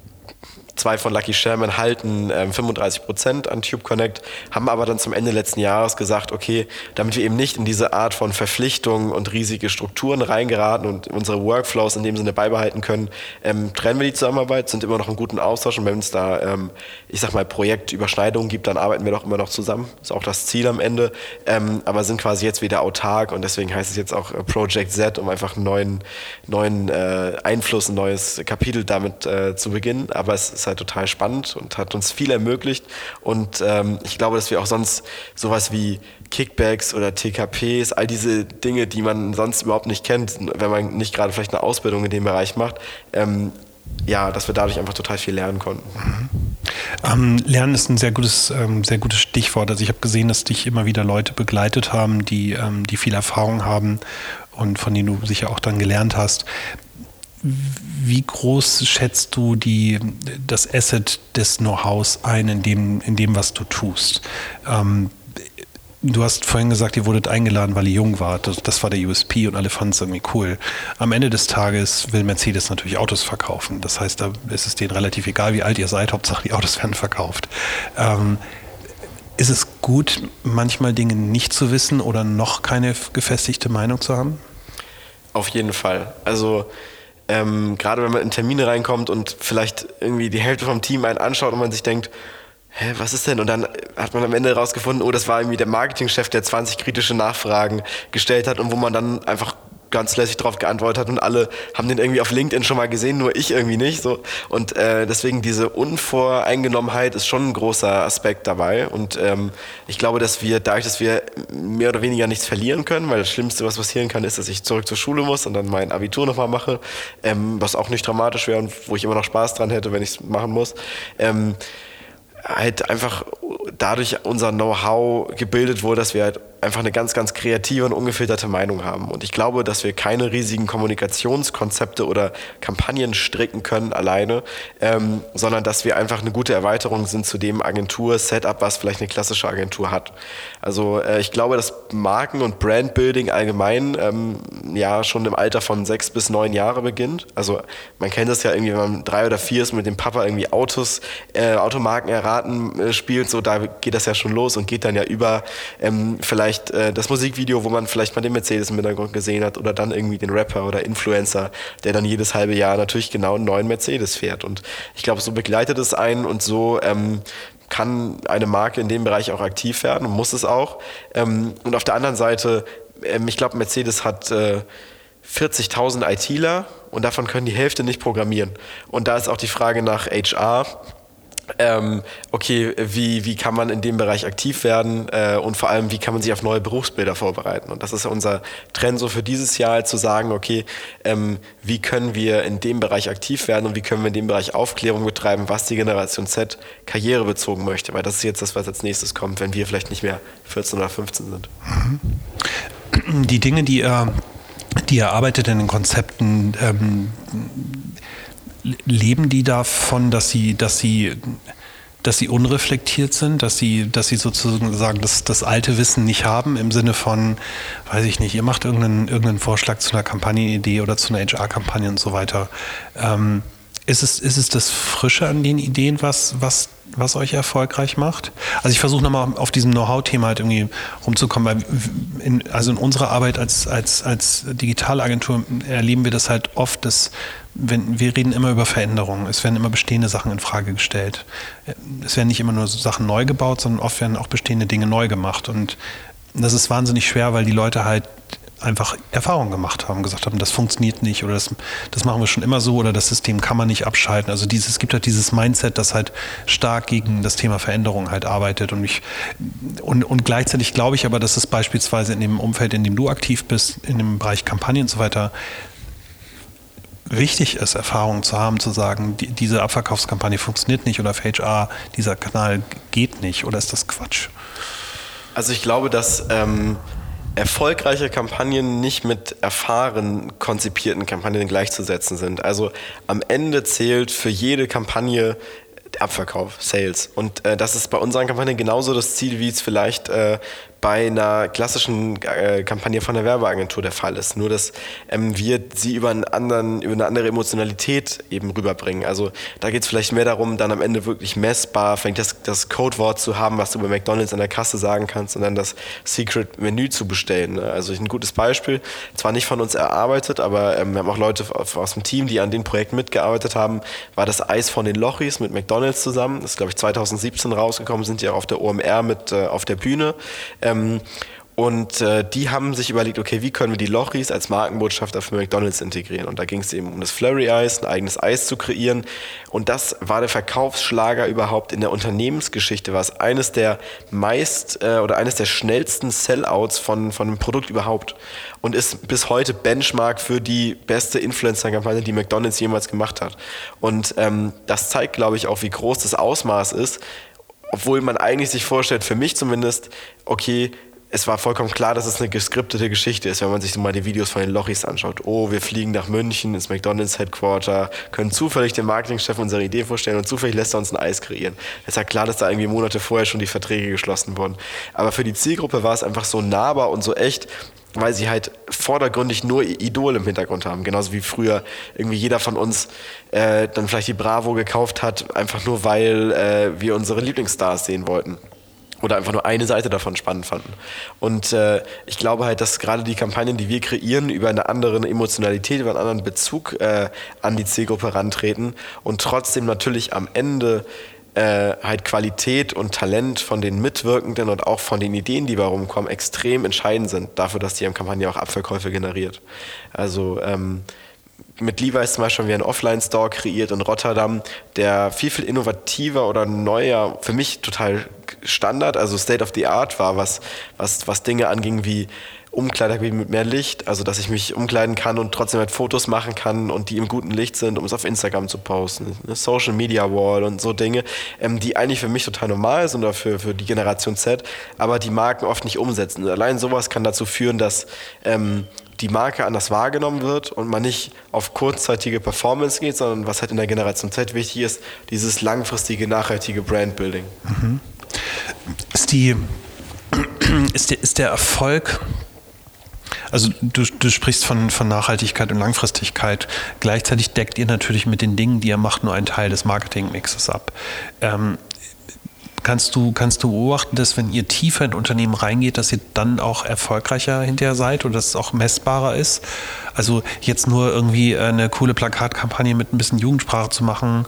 Zwei von Lucky Sherman halten ähm, fünfunddreißig Prozent an Tube Connect, haben aber dann zum Ende letzten Jahres gesagt, okay, damit wir eben nicht in diese Art von Verpflichtungen und riesige Strukturen reingeraten und unsere Workflows in dem Sinne beibehalten können, ähm, trennen wir die Zusammenarbeit, sind immer noch im guten Austausch und wenn es da, ähm, ich sag mal, Projektüberschneidungen gibt, dann arbeiten wir doch immer noch zusammen. Ist auch das Ziel am Ende, ähm, aber sind quasi jetzt wieder autark und deswegen heißt es jetzt auch äh, Project Z, um einfach einen neuen, neuen äh, Einfluss, ein neues Kapitel damit äh, zu beginnen, aber es ist halt total spannend und hat uns viel ermöglicht und ähm, ich glaube, dass wir auch sonst sowas wie Kickbacks oder T K Ps, all diese Dinge, die man sonst überhaupt nicht kennt, wenn man nicht gerade vielleicht eine Ausbildung in dem Bereich macht, ähm, ja, dass wir dadurch einfach total viel lernen konnten. Mhm. Ähm, Lernen ist ein sehr gutes, ähm, sehr gutes Stichwort. Also ich habe gesehen, dass dich immer wieder Leute begleitet haben, die, ähm, die viel Erfahrung haben und von denen du sicher auch dann gelernt hast. Wie groß schätzt du die, das Asset des Know-hows ein in dem, in dem, was du tust? Ähm, du hast vorhin gesagt, ihr wurdet eingeladen, weil ihr jung wart. Das, das war der U S P und alle fanden es irgendwie cool. Am Ende des Tages will Mercedes natürlich Autos verkaufen. Das heißt, da ist es denen relativ egal, wie alt ihr seid. Hauptsache, die Autos werden verkauft. Ähm, ist es gut, manchmal Dinge nicht zu wissen oder noch keine gefestigte Meinung zu haben? Auf jeden Fall. Also Ähm, gerade wenn man in Termine reinkommt und vielleicht irgendwie die Hälfte vom Team einen anschaut und man sich denkt, hä, was ist denn? Und dann hat man am Ende herausgefunden, oh, das war irgendwie der Marketingchef, der zwanzig kritische Nachfragen gestellt hat und wo man dann einfach ganz lässig drauf geantwortet hat und alle haben den irgendwie auf LinkedIn schon mal gesehen, nur ich irgendwie nicht. So. Und äh, deswegen diese Unvoreingenommenheit ist schon ein großer Aspekt dabei. Und ähm, ich glaube, dass wir, dadurch, dass wir mehr oder weniger nichts verlieren können, weil das Schlimmste, was passieren kann, ist, dass ich zurück zur Schule muss und dann mein Abitur nochmal mache, ähm, was auch nicht dramatisch wäre und wo ich immer noch Spaß dran hätte, wenn ich es machen muss. Ähm, halt einfach dadurch unser Know-how gebildet wurde, dass wir halt einfach eine ganz, ganz kreative und ungefilterte Meinung haben. Und ich glaube, dass wir keine riesigen Kommunikationskonzepte oder Kampagnen stricken können alleine, ähm, sondern dass wir einfach eine gute Erweiterung sind zu dem Agentur-Setup, was vielleicht eine klassische Agentur hat. Also äh, ich glaube, dass Marken- und Brandbuilding allgemein ähm, ja schon im Alter von sechs bis neun Jahre beginnt. Also man kennt das ja irgendwie, wenn man drei oder vier ist, mit dem Papa irgendwie Autos, äh, Automarken erraten äh, spielt, so da geht das ja schon los und geht dann ja über ähm, vielleicht das Musikvideo, wo man vielleicht mal den Mercedes im Hintergrund gesehen hat oder dann irgendwie den Rapper oder Influencer, der dann jedes halbe Jahr natürlich genau einen neuen Mercedes fährt. Und ich glaube, so begleitet es einen und so ähm, kann eine Marke in dem Bereich auch aktiv werden und muss es auch. Ähm, und auf der anderen Seite, ähm, ich glaube, Mercedes hat äh, vierzigtausend ITler und davon können die Hälfte nicht programmieren. Und da ist auch die Frage nach H R, Ähm, okay, wie, wie kann man in dem Bereich aktiv werden äh, und vor allem, wie kann man sich auf neue Berufsbilder vorbereiten? Und das ist ja unser Trend so für dieses Jahr, zu sagen, okay, ähm, wie können wir in dem Bereich aktiv werden und wie können wir in dem Bereich Aufklärung betreiben, was die Generation Z karrierebezogen möchte? Weil das ist jetzt das, was als nächstes kommt, wenn wir vielleicht nicht mehr vierzehn oder fünfzehn sind. Die Dinge, die ihr, die ihr arbeitet in den Konzepten, ähm, leben die davon, dass sie, dass sie, dass sie unreflektiert sind, dass sie, dass sie sozusagen das, das alte Wissen nicht haben, im Sinne von, weiß ich nicht, ihr macht irgendeinen, irgendeinen Vorschlag zu einer Kampagnenidee oder zu einer H R-Kampagne und so weiter. Ähm, ist es, ist es das Frische an den Ideen, was, was, was euch erfolgreich macht? Also ich versuche nochmal auf diesem Know-how-Thema halt irgendwie rumzukommen, weil in, also in unserer Arbeit als, als, als Digitalagentur erleben wir das halt oft, dass wenn, wir reden immer über Veränderungen, es werden immer bestehende Sachen in Frage gestellt. Es werden nicht immer nur Sachen neu gebaut, sondern oft werden auch bestehende Dinge neu gemacht. Und das ist wahnsinnig schwer, weil die Leute halt einfach Erfahrungen gemacht haben, gesagt haben, das funktioniert nicht oder das, das machen wir schon immer so oder das System kann man nicht abschalten. Also dieses, es gibt halt dieses Mindset, das halt stark gegen das Thema Veränderung halt arbeitet. Und, ich, und, und gleichzeitig glaube ich aber, dass es beispielsweise in dem Umfeld, in dem du aktiv bist, in dem Bereich Kampagnen und so weiter, wichtig ist, Erfahrungen zu haben, zu sagen, die, diese Abverkaufskampagne funktioniert nicht oder für H R, dieser Kanal geht nicht oder ist das Quatsch? Also ich glaube, dass ähm, erfolgreiche Kampagnen nicht mit erfahren konzipierten Kampagnen gleichzusetzen sind. Also am Ende zählt für jede Kampagne Abverkauf, Sales. Und äh, das ist bei unseren Kampagnen genauso das Ziel, wie es vielleicht äh, bei einer klassischen äh, Kampagne von der Werbeagentur der Fall ist. Nur, dass ähm, wir sie über, einen anderen, über eine andere Emotionalität eben rüberbringen. Also da geht es vielleicht mehr darum, dann am Ende wirklich messbar, vielleicht das, das Codewort zu haben, was du bei McDonald's an der Kasse sagen kannst und dann das Secret-Menü zu bestellen. Ne? Also ein gutes Beispiel, zwar nicht von uns erarbeitet, aber ähm, wir haben auch Leute aus dem Team, die an den Projekten mitgearbeitet haben, war das Eis von den Lochis mit McDonald's zusammen. Das ist, glaube ich, zwanzig siebzehn rausgekommen, sind ja auf der O M R mit äh, auf der Bühne. Ähm, Und äh, die haben sich überlegt, okay, wie können wir die Lochis als Markenbotschafter für McDonald's integrieren? Und da ging es eben um das Flurry-Eis, ein eigenes Eis zu kreieren. Und das war der Verkaufsschlager überhaupt in der Unternehmensgeschichte. War es eines der meist äh, oder eines der schnellsten Sellouts von, von einem Produkt überhaupt. Und ist bis heute Benchmark für die beste Influencer-Kampagne, die McDonald's jemals gemacht hat. Und ähm, das zeigt, glaube ich, auch, wie groß das Ausmaß ist. Obwohl man eigentlich sich vorstellt, für mich zumindest, okay, es war vollkommen klar, dass es eine geskriptete Geschichte ist, wenn man sich so mal die Videos von den Lochis anschaut. Oh, wir fliegen nach München ins McDonald's Headquarter, können zufällig dem Marketingchef unsere Idee vorstellen und zufällig lässt er uns ein Eis kreieren. Es ist ja klar, dass da irgendwie Monate vorher schon die Verträge geschlossen wurden. Aber für die Zielgruppe war es einfach so nahbar und so echt, weil sie halt vordergründig nur Idole im Hintergrund haben. Genauso wie früher irgendwie jeder von uns äh, dann vielleicht die Bravo gekauft hat, einfach nur weil äh, wir unsere Lieblingsstars sehen wollten. Oder einfach nur eine Seite davon spannend fanden. Und äh, ich glaube halt, dass gerade die Kampagnen, die wir kreieren, über eine andere Emotionalität, über einen anderen Bezug äh, an die Zielgruppe rantreten und trotzdem natürlich am Ende Äh, halt Qualität und Talent von den Mitwirkenden und auch von den Ideen, die bei rumkommen, extrem entscheidend sind dafür, dass die Kampagne auch Abverkäufe generiert. Also ähm, mit Levi's zum Beispiel haben wir einen Offline-Store kreiert in Rotterdam, der viel, viel innovativer oder neuer, für mich total Standard, also State of the Art war, was, was, was Dinge anging wie Umkleidekabinen mit mehr Licht, also dass ich mich umkleiden kann und trotzdem halt Fotos machen kann und die im guten Licht sind, um es auf Instagram zu posten. Eine Social Media Wall und so Dinge, ähm, die eigentlich für mich total normal sind oder für, für die Generation Z, aber die Marken oft nicht umsetzen. Und allein sowas kann dazu führen, dass ähm, die Marke anders wahrgenommen wird und man nicht auf kurzzeitige Performance geht, sondern was halt in der Generation Z wichtig ist, dieses langfristige, nachhaltige Brandbuilding. Mhm. Ist die, ist der, ist der Erfolg... Also du, du sprichst von, von Nachhaltigkeit und Langfristigkeit. Gleichzeitig deckt ihr natürlich mit den Dingen, die ihr macht, nur einen Teil des Marketingmixes ab. Ähm, kannst du, kannst du beobachten, dass wenn ihr tiefer in Unternehmen reingeht, dass ihr dann auch erfolgreicher hinterher seid oder dass es auch messbarer ist? Also jetzt nur irgendwie eine coole Plakatkampagne mit ein bisschen Jugendsprache zu machen,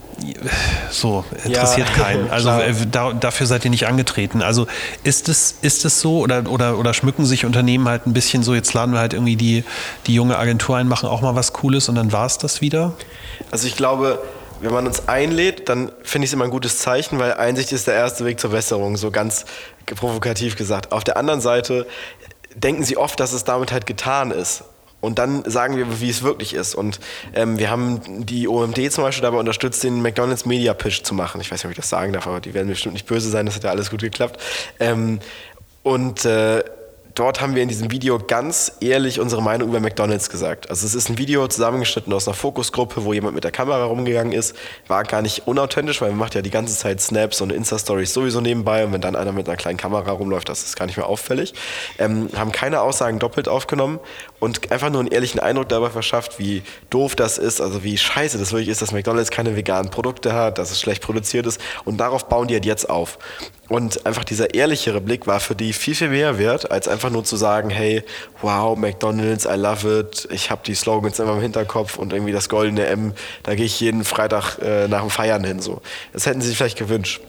so, interessiert ja, keinen. Also da, dafür seid ihr nicht angetreten. Also ist es, ist es so oder, oder, oder schmücken sich Unternehmen halt ein bisschen so, jetzt laden wir halt irgendwie die, die junge Agentur ein, machen auch mal was Cooles und dann war es das wieder? Also ich glaube, wenn man uns einlädt, dann finde ich es immer ein gutes Zeichen, weil Einsicht ist der erste Weg zur Besserung, so ganz provokativ gesagt. Auf der anderen Seite denken sie oft, dass es damit halt getan ist. Und dann sagen wir, wie es wirklich ist. Und ähm, wir haben die O M D zum Beispiel dabei unterstützt, den McDonald's Media Pitch zu machen. Ich weiß nicht, ob ich das sagen darf, aber die werden bestimmt nicht böse sein, das hat ja alles gut geklappt. Ähm, und äh, dort haben wir in diesem Video ganz ehrlich unsere Meinung über McDonald's gesagt. Also es ist ein Video zusammengeschnitten aus einer Fokusgruppe, wo jemand mit der Kamera rumgegangen ist. War gar nicht unauthentisch, weil man macht ja die ganze Zeit Snaps und Insta-Stories sowieso nebenbei. Und wenn dann einer mit einer kleinen Kamera rumläuft, das ist gar nicht mehr auffällig. Ähm, haben keine Aussagen doppelt aufgenommen und einfach nur einen ehrlichen Eindruck dabei verschafft, wie doof das ist, also wie scheiße das wirklich ist, dass McDonald's keine veganen Produkte hat, dass es schlecht produziert ist. Und darauf bauen die halt jetzt auf. Und einfach dieser ehrlichere Blick war für die viel, viel mehr wert, als einfach nur zu sagen, hey, wow, McDonald's, I love it, ich habe die Slogans immer im Hinterkopf und irgendwie das goldene M, da gehe ich jeden Freitag äh, nach dem Feiern hin. So. Das hätten sie sich vielleicht gewünscht.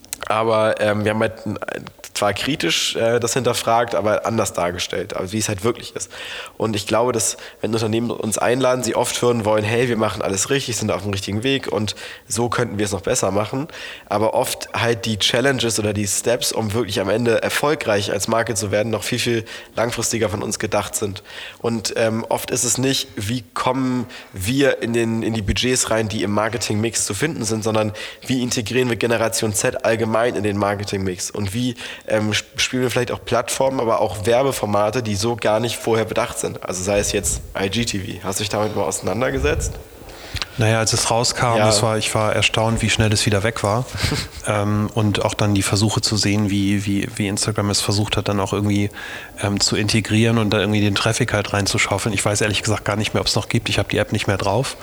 Aber ähm, wir haben halt zwar kritisch äh, das hinterfragt, aber anders dargestellt, also wie es halt wirklich ist. Und ich glaube, dass wenn Unternehmen uns einladen, sie oft hören wollen, hey, wir machen alles richtig, sind auf dem richtigen Weg und so könnten wir es noch besser machen. Aber oft halt die Challenges oder die Steps, um wirklich am Ende erfolgreich als Marke zu werden, noch viel, viel langfristiger von uns gedacht sind. Und ähm, oft ist es nicht, wie kommen wir in, den, in die Budgets rein, die im Marketingmix zu finden sind, sondern wie integrieren wir Generation Z allgemein in den Marketingmix und wie ähm, spielen wir vielleicht auch Plattformen, aber auch Werbeformate, die so gar nicht vorher bedacht sind. Also sei es jetzt I G T V. Hast du dich damit mal auseinandergesetzt? Naja, als es rauskam, ja. das war, ich war erstaunt, wie schnell es wieder weg war. ähm, und auch dann die Versuche zu sehen, wie, wie, wie Instagram es versucht hat, dann auch irgendwie ähm, zu integrieren und da irgendwie den Traffic halt reinzuschaufeln. Ich weiß ehrlich gesagt gar nicht mehr, ob es noch gibt. Ich habe die App nicht mehr drauf.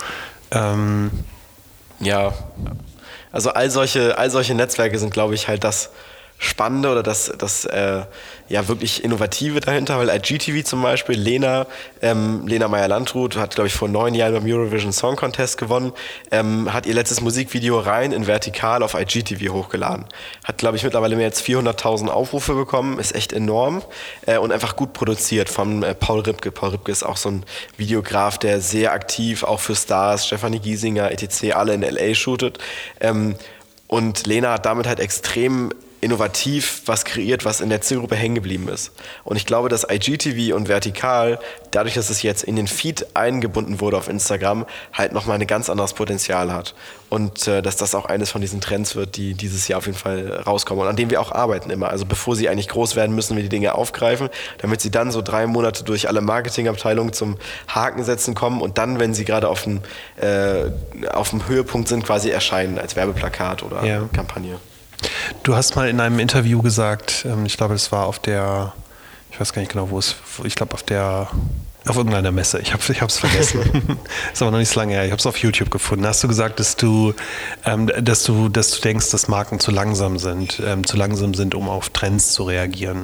Ähm, ja, also all solche, all solche Netzwerke sind, glaube ich, halt das Spannende oder das, das äh, ja wirklich Innovative dahinter, weil I G T V zum Beispiel, Lena, ähm, Lena Meyer-Landrut hat, glaube ich, vor neun Jahren beim Eurovision Song Contest gewonnen, ähm, hat ihr letztes Musikvideo rein in vertikal auf I G T V hochgeladen. Hat, glaube ich, mittlerweile mehr als vierhunderttausend Aufrufe bekommen, ist echt enorm äh, und einfach gut produziert von äh, Paul Ripke. Paul Ripke ist auch so ein Videograf, der sehr aktiv auch für Stars, Stefanie Giesinger, et cetera alle in L A shootet. Ähm, und Lena hat damit halt extrem innovativ was kreiert, was in der Zielgruppe hängen geblieben ist. Und ich glaube, dass I G T V und vertikal, dadurch, dass es jetzt in den Feed eingebunden wurde auf Instagram, halt nochmal ein ganz anderes Potenzial hat. Und äh, dass das auch eines von diesen Trends wird, die dieses Jahr auf jeden Fall rauskommen und an denen wir auch arbeiten immer. Also bevor sie eigentlich groß werden, müssen wir die Dinge aufgreifen, damit sie dann so drei Monate durch alle Marketingabteilungen zum Haken setzen kommen und dann, wenn sie gerade auf dem, äh, auf dem Höhepunkt sind, quasi erscheinen als Werbeplakat oder ja. Kampagne. Du hast mal in einem Interview gesagt, ich glaube, es war auf der, ich weiß gar nicht genau, wo es, ich glaube auf der, auf irgendeiner Messe, ich habe ich es vergessen, ist aber noch nicht so lange her, ich habe es auf YouTube gefunden, hast du gesagt, dass du, ähm, dass du, dass du denkst, dass Marken zu langsam sind, ähm, zu langsam sind, um auf Trends zu reagieren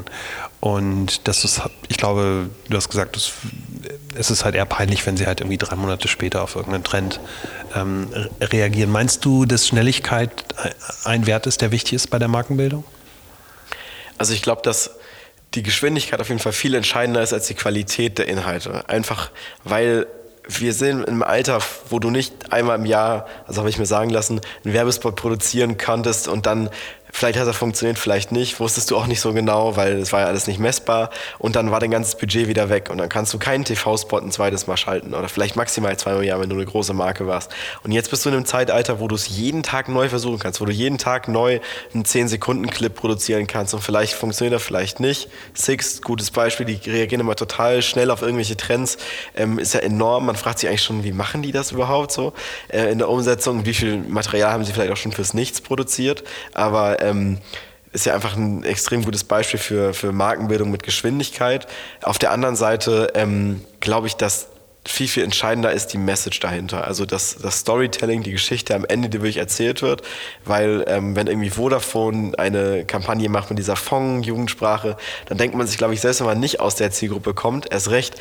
und dass du es, ich glaube, du hast gesagt, das, es ist halt eher peinlich, wenn sie halt irgendwie drei Monate später auf irgendeinen Trend ähm, reagieren. Meinst du, dass Schnelligkeit ein Wert ist, der wichtig ist bei der Markenbildung? Also ich glaube, dass die Geschwindigkeit auf jeden Fall viel entscheidender ist als die Qualität der Inhalte. Einfach weil wir sind im Alter, wo du nicht einmal im Jahr, also habe ich mir sagen lassen, einen Werbespot produzieren konntest und dann vielleicht hat er funktioniert, vielleicht nicht, wusstest du auch nicht so genau, weil es war ja alles nicht messbar und dann war dein ganzes Budget wieder weg und dann kannst du keinen T V-Spot ein zweites Mal schalten oder vielleicht maximal zweimal im Jahr, wenn du eine große Marke warst. Und jetzt bist du in einem Zeitalter, wo du es jeden Tag neu versuchen kannst, wo du jeden Tag neu einen zehn Sekunden Clip produzieren kannst und vielleicht funktioniert er, vielleicht nicht. Six, gutes Beispiel, die reagieren immer total schnell auf irgendwelche Trends, ähm, ist ja enorm, man fragt sich eigentlich schon, wie machen die das überhaupt so äh, in der Umsetzung, wie viel Material haben sie vielleicht auch schon fürs Nichts produziert, aber Ähm, ist ja einfach ein extrem gutes Beispiel für, für Markenbildung mit Geschwindigkeit. Auf der anderen Seite ähm, glaube ich, dass viel, viel entscheidender ist die Message dahinter. Also das, das Storytelling, die Geschichte am Ende, die wirklich erzählt wird. Weil ähm, wenn irgendwie Vodafone eine Kampagne macht mit dieser Fong-Jugendsprache, dann denkt man sich, glaube ich, selbst wenn man nicht aus der Zielgruppe kommt, erst recht,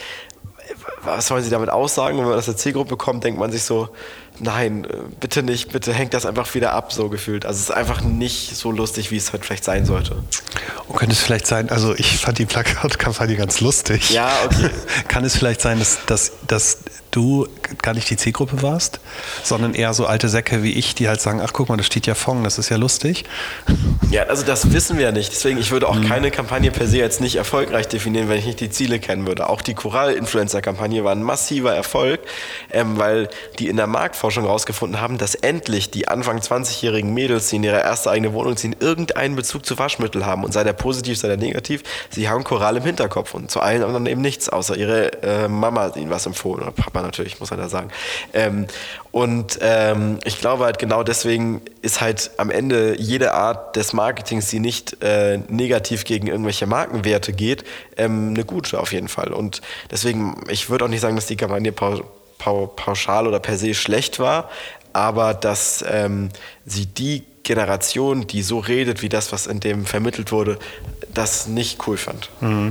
was wollen sie damit aussagen? Wenn man aus der Zielgruppe kommt, denkt man sich so, nein, bitte nicht, bitte hängt das einfach wieder ab, so gefühlt. Also es ist einfach nicht so lustig, wie es heute vielleicht sein sollte. Und könnte es vielleicht sein, also ich fand die Plakatkampagne ganz lustig. Ja, okay. Kann es vielleicht sein, dass, dass, dass du gar nicht die Zielgruppe warst, sondern eher so alte Säcke wie ich, die halt sagen, ach guck mal, da steht ja Fong, das ist ja lustig. Ja, also das wissen wir ja nicht. Deswegen, ich würde auch mhm. keine Kampagne per se als nicht erfolgreich definieren, wenn ich nicht die Ziele kennen würde. Auch die Choral-Influencer-Kampagne Kampagne war ein massiver Erfolg, ähm, weil die in der Marktforschung herausgefunden haben, dass endlich die Anfang zwanzigjährigen Mädels, die in ihre erste eigene Wohnung ziehen, irgendeinen Bezug zu Waschmittel haben. Und sei der positiv, sei der negativ, sie haben Choral im Hinterkopf und zu allen anderen eben nichts, außer ihre äh, Mama hat ihnen was empfohlen, oder Papa natürlich, muss man da sagen. Ähm, und ähm, ich glaube halt genau deswegen ist halt am Ende jede Art des Marketings, die nicht äh, negativ gegen irgendwelche Markenwerte geht, ähm, eine gute auf jeden Fall. Und deswegen, ich würde auch nicht sagen, dass die Kampagne pau- pau- pauschal oder per se schlecht war, aber dass ähm, sie die Generation, die so redet, wie das, was in dem vermittelt wurde, das nicht cool fand. Mhm.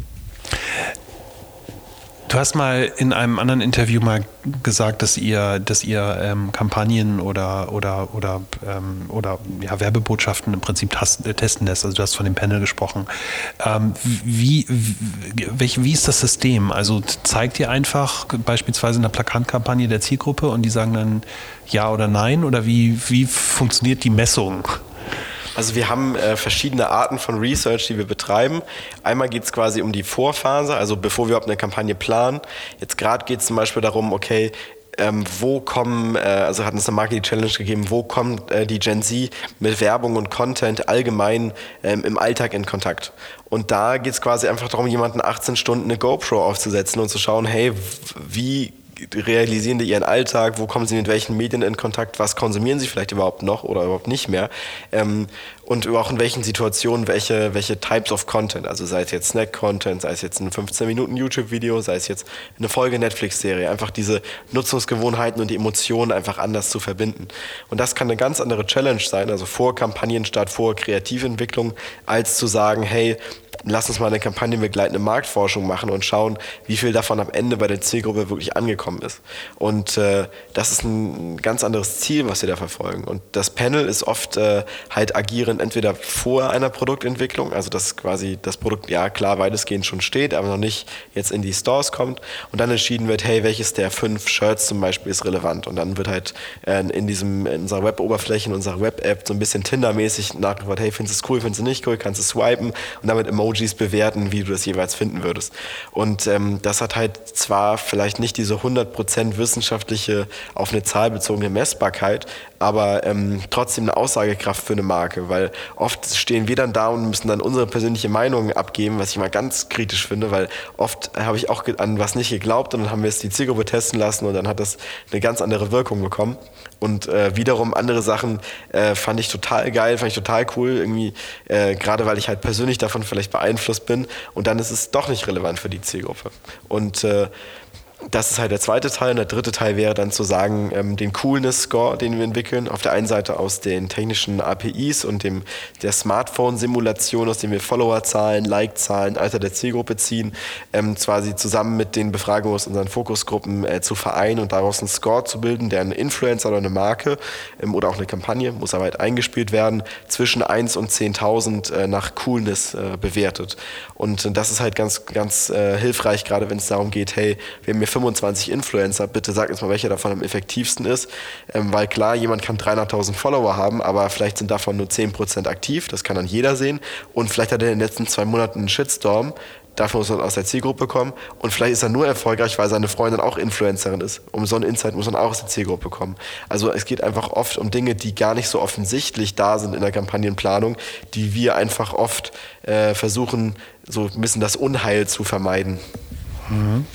Du hast mal in einem anderen Interview mal gesagt, dass ihr, dass ihr ähm, Kampagnen oder oder oder ähm, oder ja, Werbebotschaften im Prinzip tas- testen lässt. Also du hast von dem Panel gesprochen. Ähm, wie, wie, welch, wie ist das System? Also zeigt ihr einfach beispielsweise eine Plakatkampagne der Zielgruppe und die sagen dann ja oder nein? Oder wie, wie funktioniert die Messung? Also wir haben äh, verschiedene Arten von Research, die wir betreiben. Einmal geht es quasi um die Vorphase, also bevor wir überhaupt eine Kampagne planen. Jetzt gerade geht es zum Beispiel darum, okay, ähm, wo kommen, äh, also hat uns eine Marketing-Challenge gegeben, wo kommt äh, die Gen Z mit Werbung und Content allgemein ähm, im Alltag in Kontakt? Und da geht es quasi einfach darum, jemanden achtzehn Stunden eine GoPro aufzusetzen und zu schauen, hey, wie realisieren die ihren Alltag, wo kommen sie mit welchen Medien in Kontakt, was konsumieren sie vielleicht überhaupt noch oder überhaupt nicht mehr ähm, und auch in welchen Situationen welche, welche Types of Content, also sei es jetzt Snack-Content, sei es jetzt ein fünfzehn Minuten YouTube-Video, sei es jetzt eine Folge Netflix-Serie, einfach diese Nutzungsgewohnheiten und die Emotionen einfach anders zu verbinden. Und das kann eine ganz andere Challenge sein, also vor Kampagnenstart, vor Kreativentwicklung, als zu sagen, hey, lass uns mal eine kampagnenbegleitende Marktforschung machen und schauen, wie viel davon am Ende bei der Zielgruppe wirklich angekommen ist. Und äh, das ist ein ganz anderes Ziel, was wir da verfolgen. Und das Panel ist oft äh, halt agierend entweder vor einer Produktentwicklung, also dass quasi das Produkt, ja klar, weitestgehend schon steht, aber noch nicht jetzt in die Stores kommt und dann entschieden wird, hey, welches der fünf Shirts zum Beispiel ist relevant. Und dann wird halt äh, in, diesem, in unserer Web-Oberfläche, in unserer Web-App so ein bisschen Tinder-mäßig nachgefragt, hey, findest du es cool, findest du nicht cool, kannst du swipen und damit Emojis bewerten, wie du das jeweils finden würdest. Und ähm, das hat halt zwar vielleicht nicht diese hundert Prozent wissenschaftliche, auf eine Zahl bezogene Messbarkeit, aber ähm, trotzdem eine Aussagekraft für eine Marke, weil oft stehen wir dann da und müssen dann unsere persönliche Meinung abgeben, was ich mal ganz kritisch finde, weil oft habe ich auch an was nicht geglaubt und dann haben wir es die Zielgruppe testen lassen und dann hat das eine ganz andere Wirkung bekommen. Und äh, wiederum andere Sachen äh, fand ich total geil, fand ich total cool, irgendwie, äh, gerade weil ich halt persönlich davon vielleicht beeinflusst bin und dann ist es doch nicht relevant für die Zielgruppe. Und äh, das ist halt der zweite Teil. Und der dritte Teil wäre dann zu sagen, ähm, den Coolness-Score, den wir entwickeln, auf der einen Seite aus den technischen A P Is und dem, der Smartphone-Simulation, aus dem wir Followerzahlen, Like-Zahlen, Alter der Zielgruppe ziehen, ähm, quasi zusammen mit den Befragungen aus unseren Fokusgruppen äh, zu vereinen und daraus einen Score zu bilden, der ein Influencer oder eine Marke ähm, oder auch eine Kampagne, muss aber halt eingespielt werden, zwischen eins und zehntausend äh, nach Coolness äh, bewertet. Und äh, das ist halt ganz, ganz äh, hilfreich, gerade wenn es darum geht, hey, wir haben hier fünfundzwanzig Influencer, bitte sag uns mal, welcher davon am effektivsten ist, ähm, weil klar, jemand kann dreihunderttausend Follower haben, aber vielleicht sind davon nur zehn Prozent aktiv, das kann dann jeder sehen und vielleicht hat er in den letzten zwei Monaten einen Shitstorm, davon muss man aus der Zielgruppe kommen und vielleicht ist er nur erfolgreich, weil seine Freundin auch Influencerin ist. Um so einen Insight muss man auch aus der Zielgruppe kommen. Also es geht einfach oft um Dinge, die gar nicht so offensichtlich da sind in der Kampagnenplanung, die wir einfach oft äh, versuchen, so ein bisschen das Unheil zu vermeiden. Mhm.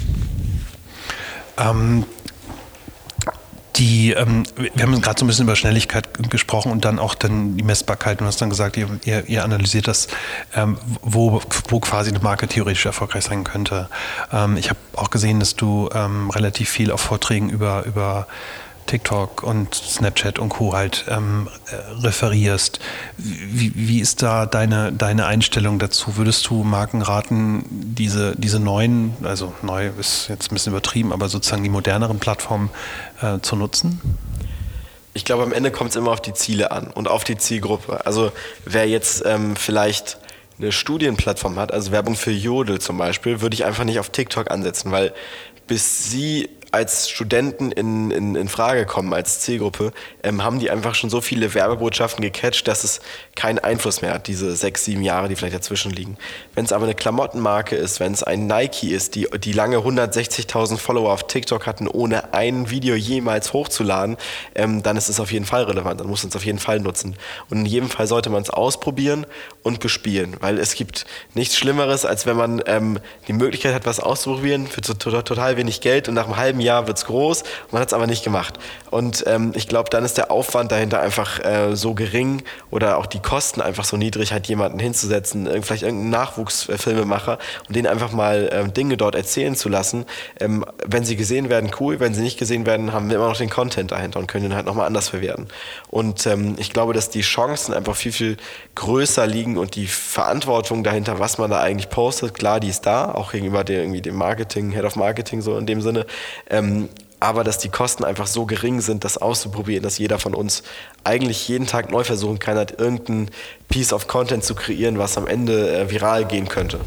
Ähm, die, ähm, wir haben gerade so ein bisschen über Schnelligkeit gesprochen und dann auch dann die Messbarkeit. Und du hast dann gesagt, ihr, ihr, ihr analysiert das, ähm, wo, wo quasi eine Marke theoretisch erfolgreich sein könnte. Ähm, ich habe auch gesehen, dass du ähm, relativ viel auf Vorträgen über, über TikTok und Snapchat und Co. halt ähm, referierst. Wie, wie ist da deine, deine Einstellung dazu? Würdest du Marken raten, diese, diese neuen, also neu ist jetzt ein bisschen übertrieben, aber sozusagen die moderneren Plattformen äh, zu nutzen? Ich glaube, am Ende kommt es immer auf die Ziele an und auf die Zielgruppe. Also wer jetzt ähm, vielleicht eine Studienplattform hat, also Werbung für Jodel zum Beispiel, würde ich einfach nicht auf TikTok ansetzen, weil bis sie als Studenten in, in, in Frage kommen, als Zielgruppe, ähm, haben die einfach schon so viele Werbebotschaften gecatcht, dass es keinen Einfluss mehr hat, diese sechs, sieben Jahre, die vielleicht dazwischen liegen. Wenn es aber eine Klamottenmarke ist, wenn es ein Nike ist, die, die lange hundertsechzigtausend Follower auf TikTok hatten, ohne ein Video jemals hochzuladen, ähm, dann ist es auf jeden Fall relevant, dann muss man es auf jeden Fall nutzen. Und in jedem Fall sollte man es ausprobieren und bespielen, weil es gibt nichts Schlimmeres, als wenn man ähm, die Möglichkeit hat, was auszuprobieren für to- to- total wenig Geld und nach einem halben Jahr wird es groß, man hat es aber nicht gemacht. Und ähm, ich glaube, dann ist der Aufwand dahinter einfach äh, so gering oder auch die Kosten einfach so niedrig, halt jemanden hinzusetzen, äh, vielleicht irgendeinen Nachwuchsfilmemacher und den einfach mal ähm, Dinge dort erzählen zu lassen. Ähm, wenn sie gesehen werden, cool, wenn sie nicht gesehen werden, haben wir immer noch den Content dahinter und können ihn halt nochmal anders verwerten. Und ähm, ich glaube, dass die Chancen einfach viel, viel größer liegen und die Verantwortung dahinter, was man da eigentlich postet, klar, die ist da, auch gegenüber der, irgendwie dem Marketing, Head of Marketing so in dem Sinne, ähm, aber dass die Kosten einfach so gering sind, das auszuprobieren, dass jeder von uns eigentlich jeden Tag neu versuchen kann, halt irgendein Piece of Content zu kreieren, was am Ende äh, viral gehen könnte.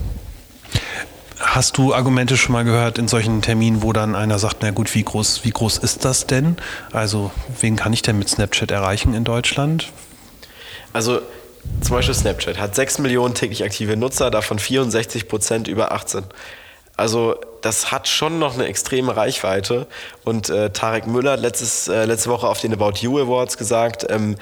Hast du Argumente schon mal gehört in solchen Terminen, wo dann einer sagt, na gut, wie groß, wie groß ist das denn? Also wen kann ich denn mit Snapchat erreichen in Deutschland? Also zum Beispiel Snapchat hat sechs Millionen täglich aktive Nutzer, davon vierundsechzig Prozent über achtzehn. Also das hat schon noch eine extreme Reichweite. Und äh, Tarek Müller hat letztes, äh, letzte Woche auf den About You Awards gesagt, ähm,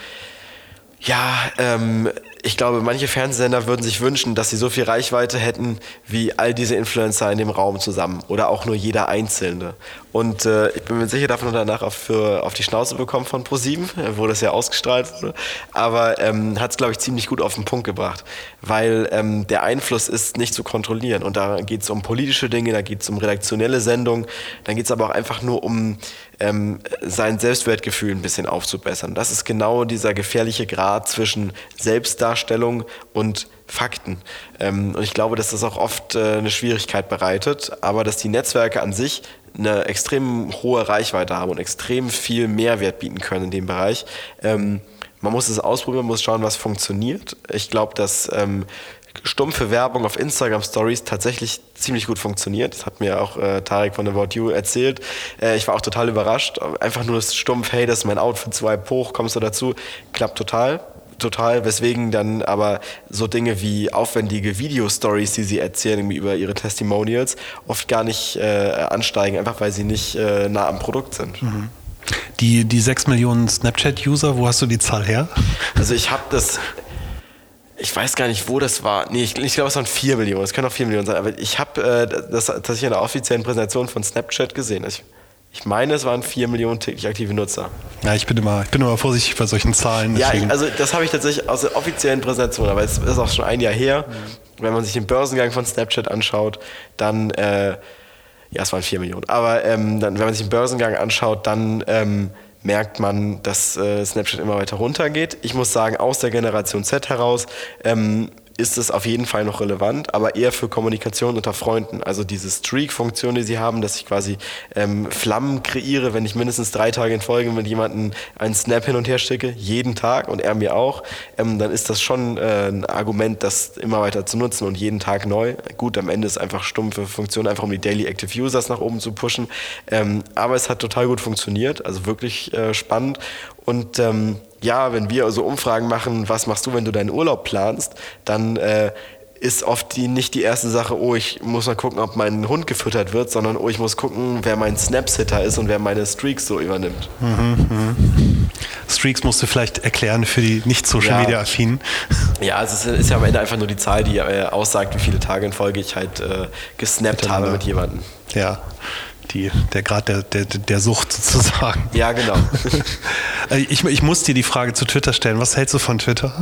ja, ähm, ich glaube, manche Fernsehsender würden sich wünschen, dass sie so viel Reichweite hätten wie all diese Influencer in dem Raum zusammen oder auch nur jeder Einzelne. Und äh, ich bin mir sicher, davon danach auf, für, auf die Schnauze bekommen von ProSieben, wo das ja ausgestrahlt wurde. Aber ähm, hat es, glaube ich, ziemlich gut auf den Punkt gebracht, weil ähm, der Einfluss ist nicht zu kontrollieren. Und da geht es um politische Dinge, da geht es um redaktionelle Sendungen, dann geht es aber auch einfach nur um ähm, sein Selbstwertgefühl ein bisschen aufzubessern. Das ist genau dieser gefährliche Grad zwischen Selbstdarstellung und Fakten. Ähm, und ich glaube, dass das auch oft äh, eine Schwierigkeit bereitet, aber dass die Netzwerke an sich eine extrem hohe Reichweite haben und extrem viel Mehrwert bieten können in dem Bereich. Ähm, man muss es ausprobieren, man muss schauen, was funktioniert. Ich glaube, dass ähm, stumpfe Werbung auf Instagram-Stories tatsächlich ziemlich gut funktioniert. Das hat mir auch äh, Tarek von About You erzählt. Äh, ich war auch total überrascht. Einfach nur das stumpf, hey, das ist mein Outfit, swipe hoch, kommst du dazu? Klappt total. Total, weswegen dann aber so Dinge wie aufwendige Video-Stories, die sie erzählen irgendwie über ihre Testimonials, oft gar nicht äh, ansteigen, einfach weil sie nicht äh, nah am Produkt sind. Mhm. Die, die sechs Millionen Snapchat-User, wo hast du die Zahl her? Also ich habe das, ich weiß gar nicht, wo das war. Nee, ich, ich glaube, es waren vier Millionen, es können auch vier Millionen sein, aber ich habe äh, das tatsächlich in der offiziellen Präsentation von Snapchat gesehen. Ich, Ich meine, es waren vier Millionen täglich aktive Nutzer. Ja, ich bin immer, ich bin immer vorsichtig bei solchen Zahlen. Ja, ich, also das habe ich tatsächlich aus der offiziellen Präsentation, aber es ist auch schon ein Jahr her. Mhm. Wenn man sich den Börsengang von Snapchat anschaut, dann, äh, ja, es waren vier Millionen. Aber ähm, dann, wenn man sich den Börsengang anschaut, dann ähm, merkt man, dass äh, Snapchat immer weiter runtergeht. Ich muss sagen, aus der Generation Z heraus ähm, ist es auf jeden Fall noch relevant, aber eher für Kommunikation unter Freunden. Also diese Streak-Funktion, die sie haben, dass ich quasi ähm, Flammen kreiere, wenn ich mindestens drei Tage in Folge mit jemandem einen Snap hin und her schicke, jeden Tag und er mir auch, ähm, dann ist das schon äh, ein Argument, das immer weiter zu nutzen und jeden Tag neu. Gut, am Ende ist einfach stumpfe Funktion, einfach um die Daily Active Users nach oben zu pushen. Ähm, aber es hat total gut funktioniert, also wirklich äh, spannend. Und ähm, ja, wenn wir also Umfragen machen, was machst du, wenn du deinen Urlaub planst, dann äh, ist oft die, nicht die erste Sache, oh, ich muss mal gucken, ob mein Hund gefüttert wird, sondern oh, ich muss gucken, wer mein Snapsitter ist und wer meine Streaks so übernimmt. Mhm, mhm. Streaks musst du vielleicht erklären für die Nicht-Social-Media-Affinen. Ja, also es ist ja am Ende einfach nur die Zahl, die äh, aussagt, wie viele Tage in Folge ich halt äh, gesnappt habe mit jemandem. Ja. Die, der Grad der, der, der Sucht sozusagen. Ja, genau. ich, ich muss dir die Frage zu Twitter stellen. Was hältst du von Twitter?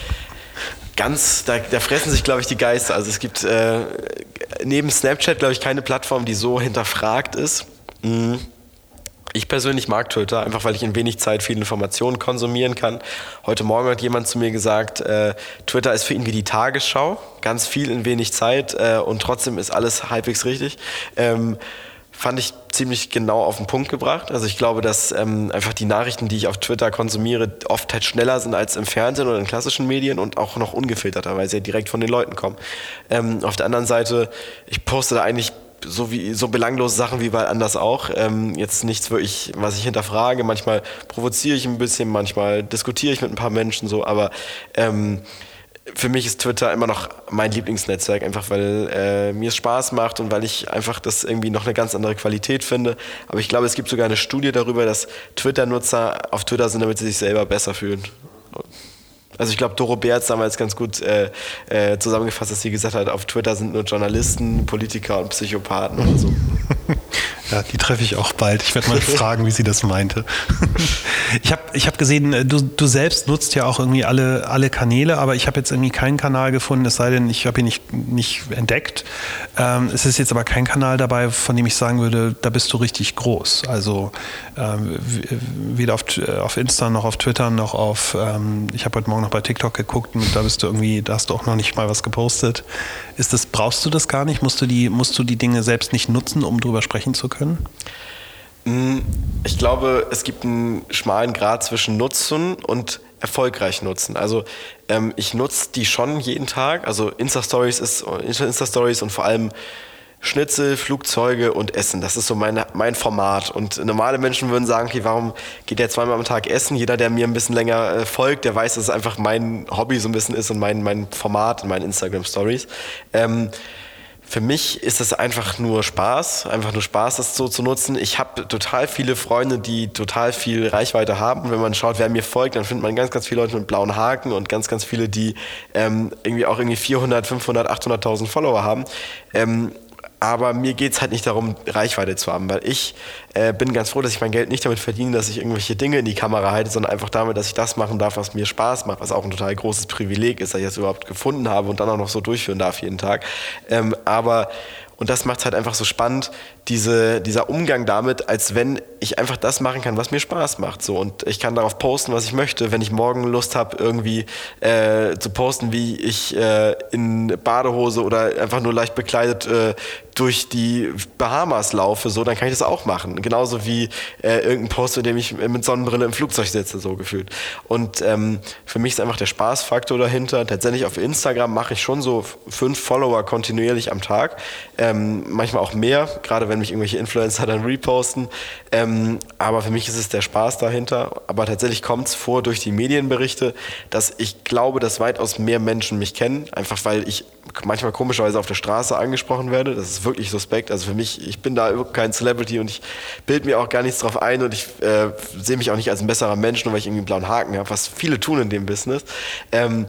Ganz, da, da fressen sich, glaube ich, die Geister. Also es gibt äh, neben Snapchat, glaube ich, keine Plattform, die so hinterfragt ist. Mhm. Ich persönlich mag Twitter, einfach weil ich in wenig Zeit viele Informationen konsumieren kann. Heute Morgen hat jemand zu mir gesagt, äh, Twitter ist für ihn wie die Tagesschau. Ganz viel in wenig Zeit äh, und trotzdem ist alles halbwegs richtig. Ähm, Fand ich ziemlich genau auf den Punkt gebracht. Also ich glaube, dass ähm, einfach die Nachrichten, die ich auf Twitter konsumiere, oft halt schneller sind als im Fernsehen oder in klassischen Medien und auch noch ungefilterter, weil sie ja direkt von den Leuten kommen. Ähm, auf der anderen Seite, ich poste da eigentlich so wie so belanglose Sachen wie bei anders auch. Ähm, jetzt nichts wirklich, was ich hinterfrage. Manchmal provoziere ich ein bisschen, manchmal diskutiere ich mit ein paar Menschen so, aber ähm, für mich ist Twitter immer noch mein Lieblingsnetzwerk, einfach weil äh, mir es Spaß macht und weil ich einfach das irgendwie noch eine ganz andere Qualität finde. Aber ich glaube, es gibt sogar eine Studie darüber, dass Twitter-Nutzer auf Twitter sind, damit sie sich selber besser fühlen. Also ich glaube, Doro Bär hat es damals ganz gut äh, äh, zusammengefasst, dass sie gesagt hat, auf Twitter sind nur Journalisten, Politiker und Psychopathen oder so. Ja, die treffe ich auch bald. Ich werde mal fragen, wie sie das meinte. Ich habe ich hab gesehen, du, du selbst nutzt ja auch irgendwie alle, alle Kanäle, aber ich habe jetzt irgendwie keinen Kanal gefunden, es sei denn, ich habe ihn nicht, nicht entdeckt. Ähm, es ist jetzt aber kein Kanal dabei, von dem ich sagen würde, da bist du richtig groß. Also ähm, weder auf, auf Insta noch auf Twitter noch auf, ähm, ich habe heute Morgen noch bei TikTok geguckt und da bist du irgendwie, da hast du auch noch nicht mal was gepostet. Ist das, brauchst du das gar nicht? Musst du die, musst du die Dinge selbst nicht nutzen, um drüber sprechen zu können? Ich glaube, es gibt einen schmalen Grad zwischen Nutzen und erfolgreich nutzen. Also ähm, ich nutze die schon jeden Tag. Also Insta-Stories ist Insta-Stories und vor allem Schnitzel, Flugzeuge und Essen. Das ist so mein, mein Format. Und normale Menschen würden sagen, okay, warum geht der zweimal am Tag essen? Jeder, der mir ein bisschen länger äh, folgt, der weiß, dass es einfach mein Hobby so ein bisschen ist und mein, mein Format in meinen Instagram-Stories. Ähm, Für mich ist es einfach nur Spaß, einfach nur Spaß, das so zu nutzen. Ich habe total viele Freunde, die total viel Reichweite haben. Und wenn man schaut, wer mir folgt, dann findet man ganz, ganz viele Leute mit blauen Haken und ganz, ganz viele, die ähm, irgendwie auch irgendwie vierhundert, fünfhundert, achthunderttausend Follower haben. Ähm, Aber mir geht es halt nicht darum, Reichweite zu haben, weil ich äh, bin ganz froh, dass ich mein Geld nicht damit verdiene, dass ich irgendwelche Dinge in die Kamera halte, sondern einfach damit, dass ich das machen darf, was mir Spaß macht, was auch ein total großes Privileg ist, dass ich das überhaupt gefunden habe und dann auch noch so durchführen darf jeden Tag. Ähm, aber Und das macht es halt einfach so spannend, diese, dieser Umgang damit, als wenn ich einfach das machen kann, was mir Spaß macht. So. Und ich kann darauf posten, was ich möchte. Wenn ich morgen Lust habe, irgendwie äh, zu posten, wie ich äh, in Badehose oder einfach nur leicht bekleidet äh, durch die Bahamas laufe, so, dann kann ich das auch machen. Genauso wie äh, irgendein Post, in dem ich mit Sonnenbrille im Flugzeug sitze, so gefühlt. Und ähm, für mich ist einfach der Spaßfaktor dahinter. Tatsächlich auf Instagram mache ich schon so fünf Follower kontinuierlich am Tag. Ähm, manchmal auch mehr, gerade wenn mich irgendwelche Influencer dann reposten. Ähm, aber für mich ist es der Spaß dahinter. Aber tatsächlich kommt es vor durch die Medienberichte, dass ich glaube, dass weitaus mehr Menschen mich kennen. Einfach weil ich manchmal komischerweise auf der Straße angesprochen werde. Das ist wirklich suspekt. Also für mich, ich bin da überhaupt kein Celebrity und ich bilde mir auch gar nichts drauf ein und ich äh, sehe mich auch nicht als ein besserer Mensch, nur weil ich irgendwie einen blauen Haken habe, was viele tun in dem Business. Ähm,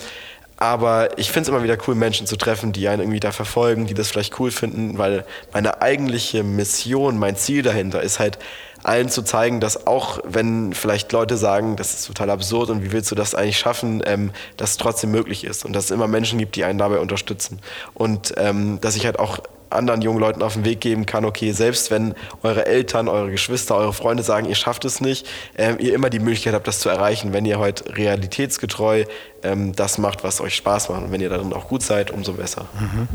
aber ich finde es immer wieder cool, Menschen zu treffen, die einen irgendwie da verfolgen, die das vielleicht cool finden, weil meine eigentliche Mission, mein Ziel dahinter ist halt, allen zu zeigen, dass auch wenn vielleicht Leute sagen, das ist total absurd und wie willst du das eigentlich schaffen, ähm, dass es trotzdem möglich ist und dass es immer Menschen gibt, die einen dabei unterstützen. Und ähm, dass ich halt auch anderen jungen Leuten auf den Weg geben kann, okay, selbst wenn eure Eltern, eure Geschwister, eure Freunde sagen, ihr schafft es nicht, ähm, ihr immer die Möglichkeit habt, das zu erreichen, wenn ihr heute realitätsgetreu ähm, das macht, was euch Spaß macht. Und wenn ihr darin auch gut seid, umso besser. Mhm.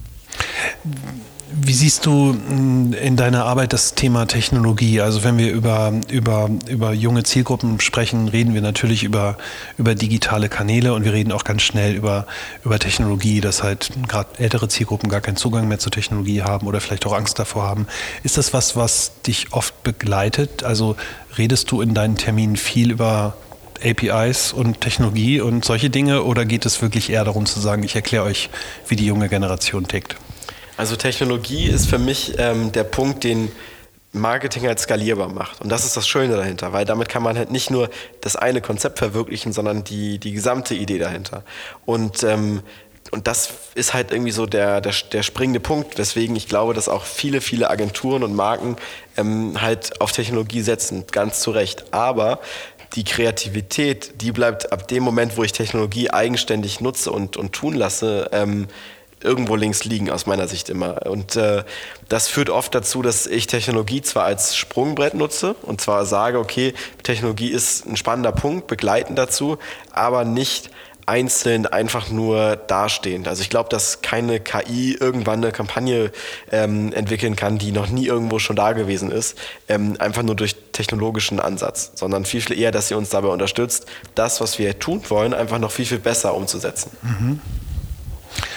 Wie siehst du in deiner Arbeit das Thema Technologie? Also wenn wir über, über, über junge Zielgruppen sprechen, reden wir natürlich über, über digitale Kanäle und wir reden auch ganz schnell über, über Technologie, dass halt gerade ältere Zielgruppen gar keinen Zugang mehr zur Technologie haben oder vielleicht auch Angst davor haben. Ist das was, was dich oft begleitet? Also redest du in deinen Terminen viel über A P Is und Technologie und solche Dinge oder geht es wirklich eher darum zu sagen, ich erkläre euch, wie die junge Generation tickt? Also Technologie ist für mich ähm, der Punkt, den Marketing halt skalierbar macht. Und das ist das Schöne dahinter, weil damit kann man halt nicht nur das eine Konzept verwirklichen, sondern die, die gesamte Idee dahinter. Und, ähm, und das ist halt irgendwie so der, der, der springende Punkt, weswegen ich glaube, dass auch viele, viele Agenturen und Marken ähm, halt auf Technologie setzen, ganz zu Recht. Aber die Kreativität, die bleibt ab dem Moment, wo ich Technologie eigenständig nutze und, und tun lasse, ähm, irgendwo links liegen, aus meiner Sicht immer. Und äh, das führt oft dazu, dass ich Technologie zwar als Sprungbrett nutze und zwar sage, okay, Technologie ist ein spannender Punkt, begleitend dazu, aber nicht einzeln einfach nur dastehend. Also ich glaube, dass keine K I irgendwann eine Kampagne ähm, entwickeln kann, die noch nie irgendwo schon da gewesen ist, ähm, einfach nur durch technologischen Ansatz, sondern viel, viel eher, dass sie uns dabei unterstützt, das, was wir tun wollen, einfach noch viel, viel besser umzusetzen. Mhm.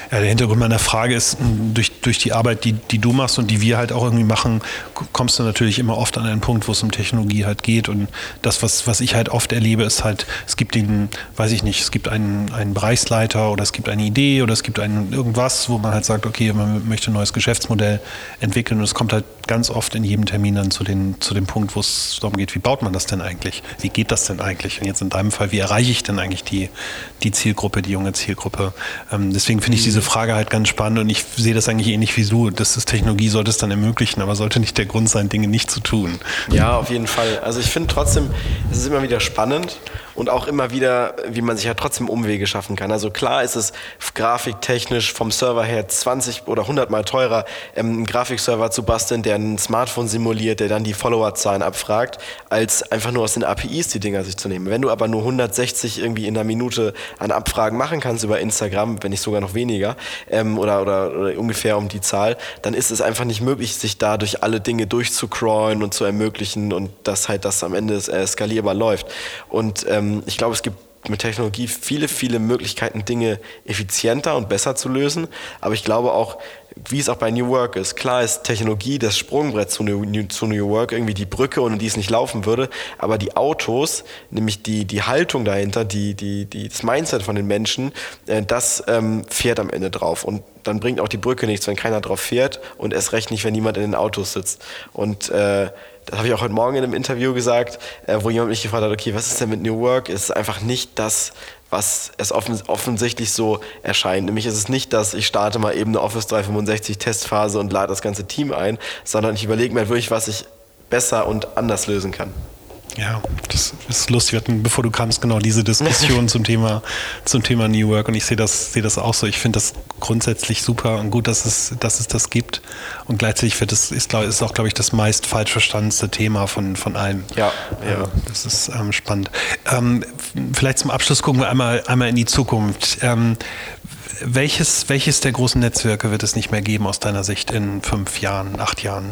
Ja, der Hintergrund meiner Frage ist, durch, durch die Arbeit, die, die du machst und die wir halt auch irgendwie machen, kommst du natürlich immer oft an einen Punkt, wo es um Technologie halt geht. Und das, was, was ich halt oft erlebe, ist halt, es gibt den, weiß ich nicht, es gibt einen, einen Bereichsleiter oder es gibt eine Idee oder es gibt ein, irgendwas, wo man halt sagt, okay, man möchte ein neues Geschäftsmodell entwickeln. Und es kommt halt ganz oft in jedem Termin dann zu, den, zu dem Punkt, wo es darum geht, wie baut man das denn eigentlich? Wie geht das denn eigentlich? Und jetzt in deinem Fall, wie erreiche ich denn eigentlich die, die Zielgruppe, die junge Zielgruppe? Ähm, deswegen finde ich diese Frage halt ganz spannend und ich sehe das eigentlich ähnlich wie du. Das ist Technologie, sollte es dann ermöglichen, aber sollte nicht der Grund sein, Dinge nicht zu tun. Ja, auf jeden Fall. Also ich finde trotzdem, es ist immer wieder spannend und auch immer wieder, wie man sich ja trotzdem Umwege schaffen kann. Also klar ist es grafiktechnisch vom Server her zwanzig oder hundert Mal teurer, ähm, einen Grafikserver zu basteln, der ein Smartphone simuliert, der dann die Followerzahlen abfragt, als einfach nur aus den A P Is die Dinger sich zu nehmen. Wenn du aber nur hundertsechzig irgendwie in einer Minute an Abfragen machen kannst über Instagram, wenn nicht sogar noch weniger, ähm, oder, oder, oder ungefähr um die Zahl, dann ist es einfach nicht möglich, sich dadurch alle Dinge durchzucrawlen und zu ermöglichen und dass halt das am Ende äh, skalierbar läuft. Und ähm, ich glaube, es gibt mit Technologie viele, viele Möglichkeiten, Dinge effizienter und besser zu lösen. Aber ich glaube auch, wie es auch bei New Work ist, klar ist Technologie das Sprungbrett zu New, zu New Work, irgendwie die Brücke, ohne die es nicht laufen würde. Aber die Autos, nämlich die, die Haltung dahinter, die, die, die, das Mindset von den Menschen, äh, das ähm, fährt am Ende drauf. Und dann bringt auch die Brücke nichts, wenn keiner drauf fährt und erst recht nicht, wenn niemand in den Autos sitzt. Und äh, das habe ich auch heute Morgen in einem Interview gesagt, äh, wo jemand mich gefragt hat, okay, was ist denn mit New Work? Es ist einfach nicht das, was es offen, offensichtlich so erscheint. Nämlich ist es nicht, dass ich starte mal eben eine Office dreihundertfünfundsechzig Testphase und lade das ganze Team ein, sondern ich überlege mir wirklich, was ich besser und anders lösen kann. Ja, das ist lustig. Wir hatten, bevor du kamst, genau diese Diskussion zum Thema, zum Thema New Work und ich sehe das, sehe das auch so. Ich finde das grundsätzlich super und gut, dass es, dass es das gibt und gleichzeitig wird es, ist, ist auch, glaube ich, das meist falsch verstandenste Thema von, von allem. Ja, ja. Das ist ähm, spannend. Ähm, vielleicht zum Abschluss gucken wir einmal, einmal in die Zukunft. Ähm, welches, welches der großen Netzwerke wird es nicht mehr geben aus deiner Sicht in fünf Jahren, acht Jahren?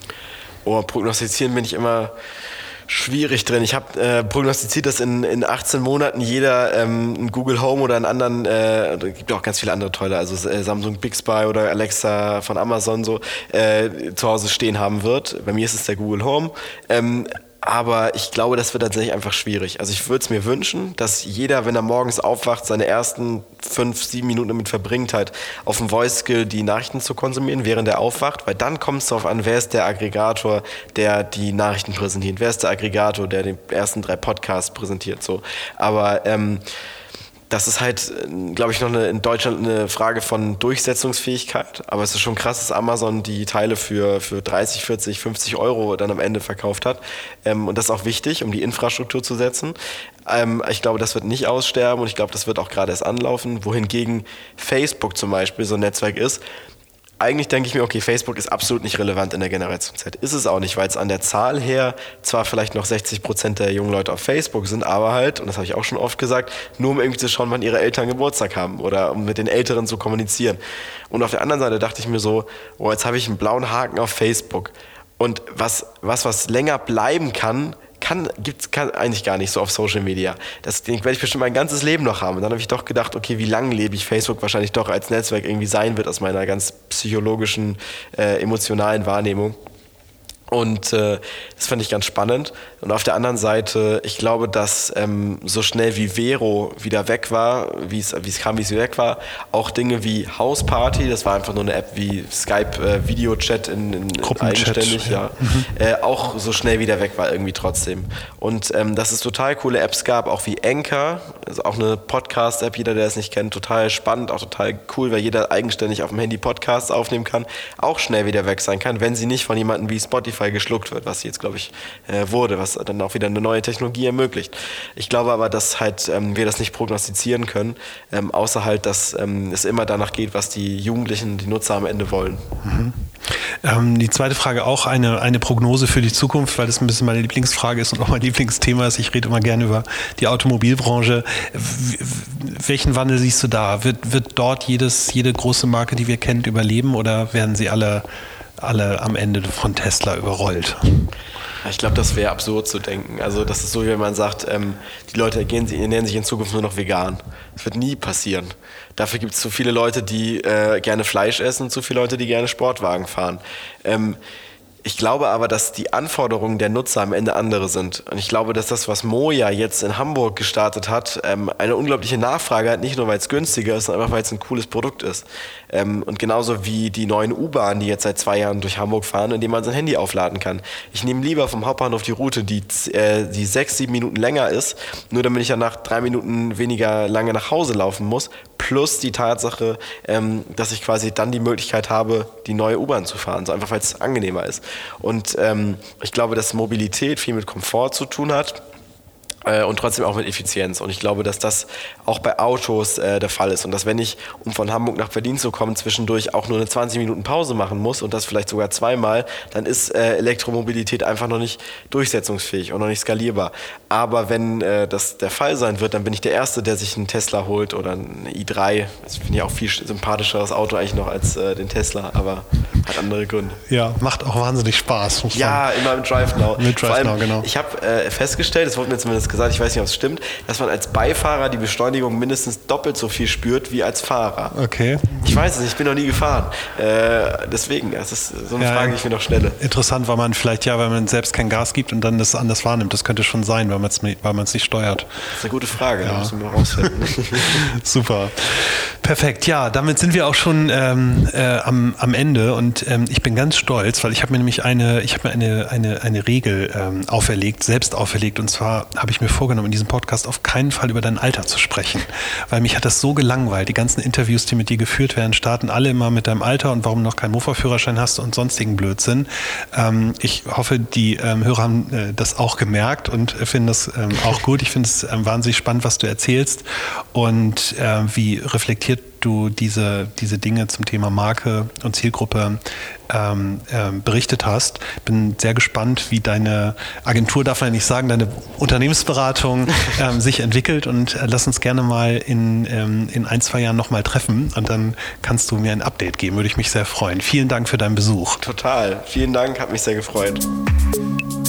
Oh, prognostizieren bin ich immer schwierig drin. Ich habe äh, prognostiziert, dass in, in achtzehn Monaten jeder ähm, einen Google Home oder einen anderen, äh, es gibt auch ganz viele andere tolle, also äh, Samsung Bixby oder Alexa von Amazon so, äh, zu Hause stehen haben wird. Bei mir ist es der Google Home. Ähm, Aber ich glaube, das wird tatsächlich einfach schwierig. Also ich würde es mir wünschen, dass jeder, wenn er morgens aufwacht, seine ersten fünf, sieben Minuten damit verbringt, halt auf dem Voice-Skill die Nachrichten zu konsumieren, während er aufwacht. Weil dann kommt es darauf an, wer ist der Aggregator, der die Nachrichten präsentiert. Wer ist der Aggregator, der die ersten drei Podcasts präsentiert. So. Aber ähm, das ist halt, glaube ich, noch eine, in Deutschland eine Frage von Durchsetzungsfähigkeit. Aber es ist schon krass, dass Amazon die Teile für, für dreißig, vierzig, fünfzig Euro dann am Ende verkauft hat. Ähm, und das ist auch wichtig, um die Infrastruktur zu setzen. Ähm, ich glaube, das wird nicht aussterben und ich glaube, das wird auch gerade erst anlaufen. Wohingegen Facebook zum Beispiel so ein Netzwerk ist. Eigentlich denke ich mir, okay, Facebook ist absolut nicht relevant in der Generation Z. Ist es auch nicht, weil es an der Zahl her zwar vielleicht noch sechzig Prozent der jungen Leute auf Facebook sind, aber halt, und das habe ich auch schon oft gesagt, nur um irgendwie zu schauen, wann ihre Eltern Geburtstag haben oder um mit den Älteren zu kommunizieren. Und auf der anderen Seite dachte ich mir so, oh, jetzt habe ich einen blauen Haken auf Facebook. Und was, was, was länger bleiben kann, Kann, gibt's, kann eigentlich gar nicht so auf Social Media. Das den werde ich bestimmt mein ganzes Leben noch haben. Und dann habe ich doch gedacht, okay, wie langlebig Facebook wahrscheinlich doch als Netzwerk irgendwie sein wird aus meiner ganz psychologischen, äh, emotionalen Wahrnehmung. Und äh, das fand ich ganz spannend. Und auf der anderen Seite, ich glaube, dass ähm, so schnell wie Vero wieder weg war, wie es wie es kam, wie es weg war, auch Dinge wie Hausparty, das war einfach nur eine App wie Skype, äh, Videochat in, in eigenständig, ja, ja. Mhm. Äh, auch so schnell wieder weg war irgendwie trotzdem. Und ähm, dass es total coole Apps gab, auch wie Anchor, also auch eine Podcast-App, jeder, der es nicht kennt, total spannend, auch total cool, weil jeder eigenständig auf dem Handy Podcasts aufnehmen kann, auch schnell wieder weg sein kann, wenn sie nicht von jemandem wie Spotify geschluckt wird, was jetzt, glaube ich, äh, wurde, was dann auch wieder eine neue Technologie ermöglicht. Ich glaube aber, dass halt ähm, wir das nicht prognostizieren können, ähm, außer halt, dass ähm, es immer danach geht, was die Jugendlichen, die Nutzer am Ende wollen. Mhm. Ähm, die zweite Frage auch eine, eine Prognose für die Zukunft, weil das ein bisschen meine Lieblingsfrage ist und auch mein Lieblingsthema ist. Ich rede immer gerne über die Automobilbranche. W- welchen Wandel siehst du da? Wird, wird dort jedes, jede große Marke, die wir kennen, überleben oder werden sie alle alle am Ende von Tesla überrollt? Ich glaube, das wäre absurd zu denken. Also das ist so, wie wenn man sagt, ähm, die Leute ernähren sich, ernähren sich in Zukunft nur noch vegan. Das wird nie passieren. Dafür gibt es zu viele Leute, die äh, gerne Fleisch essen und zu viele Leute, die gerne Sportwagen fahren. Ähm, Ich glaube aber, dass die Anforderungen der Nutzer am Ende andere sind. Und ich glaube, dass das, was Moja jetzt in Hamburg gestartet hat, eine unglaubliche Nachfrage hat, nicht nur, weil es günstiger ist, sondern einfach, weil es ein cooles Produkt ist. Und genauso wie die neuen U-Bahnen, die jetzt seit zwei Jahren durch Hamburg fahren, indem man sein Handy aufladen kann. Ich nehme lieber vom Hauptbahnhof die Route, die, die sechs, sieben Minuten länger ist, nur damit ich danach drei Minuten weniger lange nach Hause laufen muss, plus die Tatsache, dass ich quasi dann die Möglichkeit habe, die neue U-Bahn zu fahren, so einfach, weil es angenehmer ist. Und ähm, ich glaube, dass Mobilität viel mit Komfort zu tun hat äh, und trotzdem auch mit Effizienz. Und ich glaube, dass das auch bei Autos äh, der Fall ist. Und dass wenn ich, um von Hamburg nach Berlin zu kommen, zwischendurch auch nur eine zwanzig Minuten Pause machen muss und das vielleicht sogar zweimal, dann ist äh, Elektromobilität einfach noch nicht durchsetzungsfähig und noch nicht skalierbar. Aber wenn äh, das der Fall sein wird, dann bin ich der Erste, der sich einen Tesla holt oder einen i drei. Das finde ich auch viel sympathischeres Auto eigentlich noch als äh, den Tesla, aber hat andere Gründe. Ja, macht auch wahnsinnig Spaß. Ja, immer im Drive Now. Mit Drive allem, Now, genau. Ich habe äh, festgestellt, das wurde mir zumindest gesagt, ich weiß nicht, ob es stimmt, dass man als Beifahrer die Beschleunigung mindestens doppelt so viel spürt wie als Fahrer. Okay. Ich weiß es nicht, ich bin noch nie gefahren. Äh, deswegen, das ist so eine ja, Frage, die ich mir noch stelle. Interessant, weil man vielleicht, ja, weil man selbst kein Gas gibt und dann das anders wahrnimmt. Das könnte schon sein, weil man es weil man es nicht steuert. Das ist eine gute Frage, ja. Da müssen wir rausfinden. Super. Perfekt. Ja, damit sind wir auch schon ähm, äh, am, am Ende und ähm, ich bin ganz stolz, weil ich habe mir nämlich eine, ich habe mir eine, eine, eine Regel ähm, auferlegt, selbst auferlegt, und zwar habe ich mir vorgenommen, in diesem Podcast auf keinen Fall über dein Alter zu sprechen, weil mich hat das so gelangweilt. Die ganzen Interviews, die mit dir geführt werden, starten alle immer mit deinem Alter und warum du noch keinen Mofa-Führerschein hast und sonstigen Blödsinn. Ähm, ich hoffe, die ähm, Hörer haben äh, das auch gemerkt und finden das ähm, auch gut. Ich finde es ähm, wahnsinnig spannend, was du erzählst und äh, wie reflektiert du diese, diese Dinge zum Thema Marke und Zielgruppe ähm, äh, berichtet hast. Bin sehr gespannt, wie deine Agentur, darf man ja nicht sagen, deine Unternehmensberatung ähm, sich entwickelt und äh, lass uns gerne mal in, ähm, in ein, zwei Jahren nochmal treffen und dann kannst du mir ein Update geben, würde ich mich sehr freuen. Vielen Dank für deinen Besuch. Total. Vielen Dank, hat mich sehr gefreut.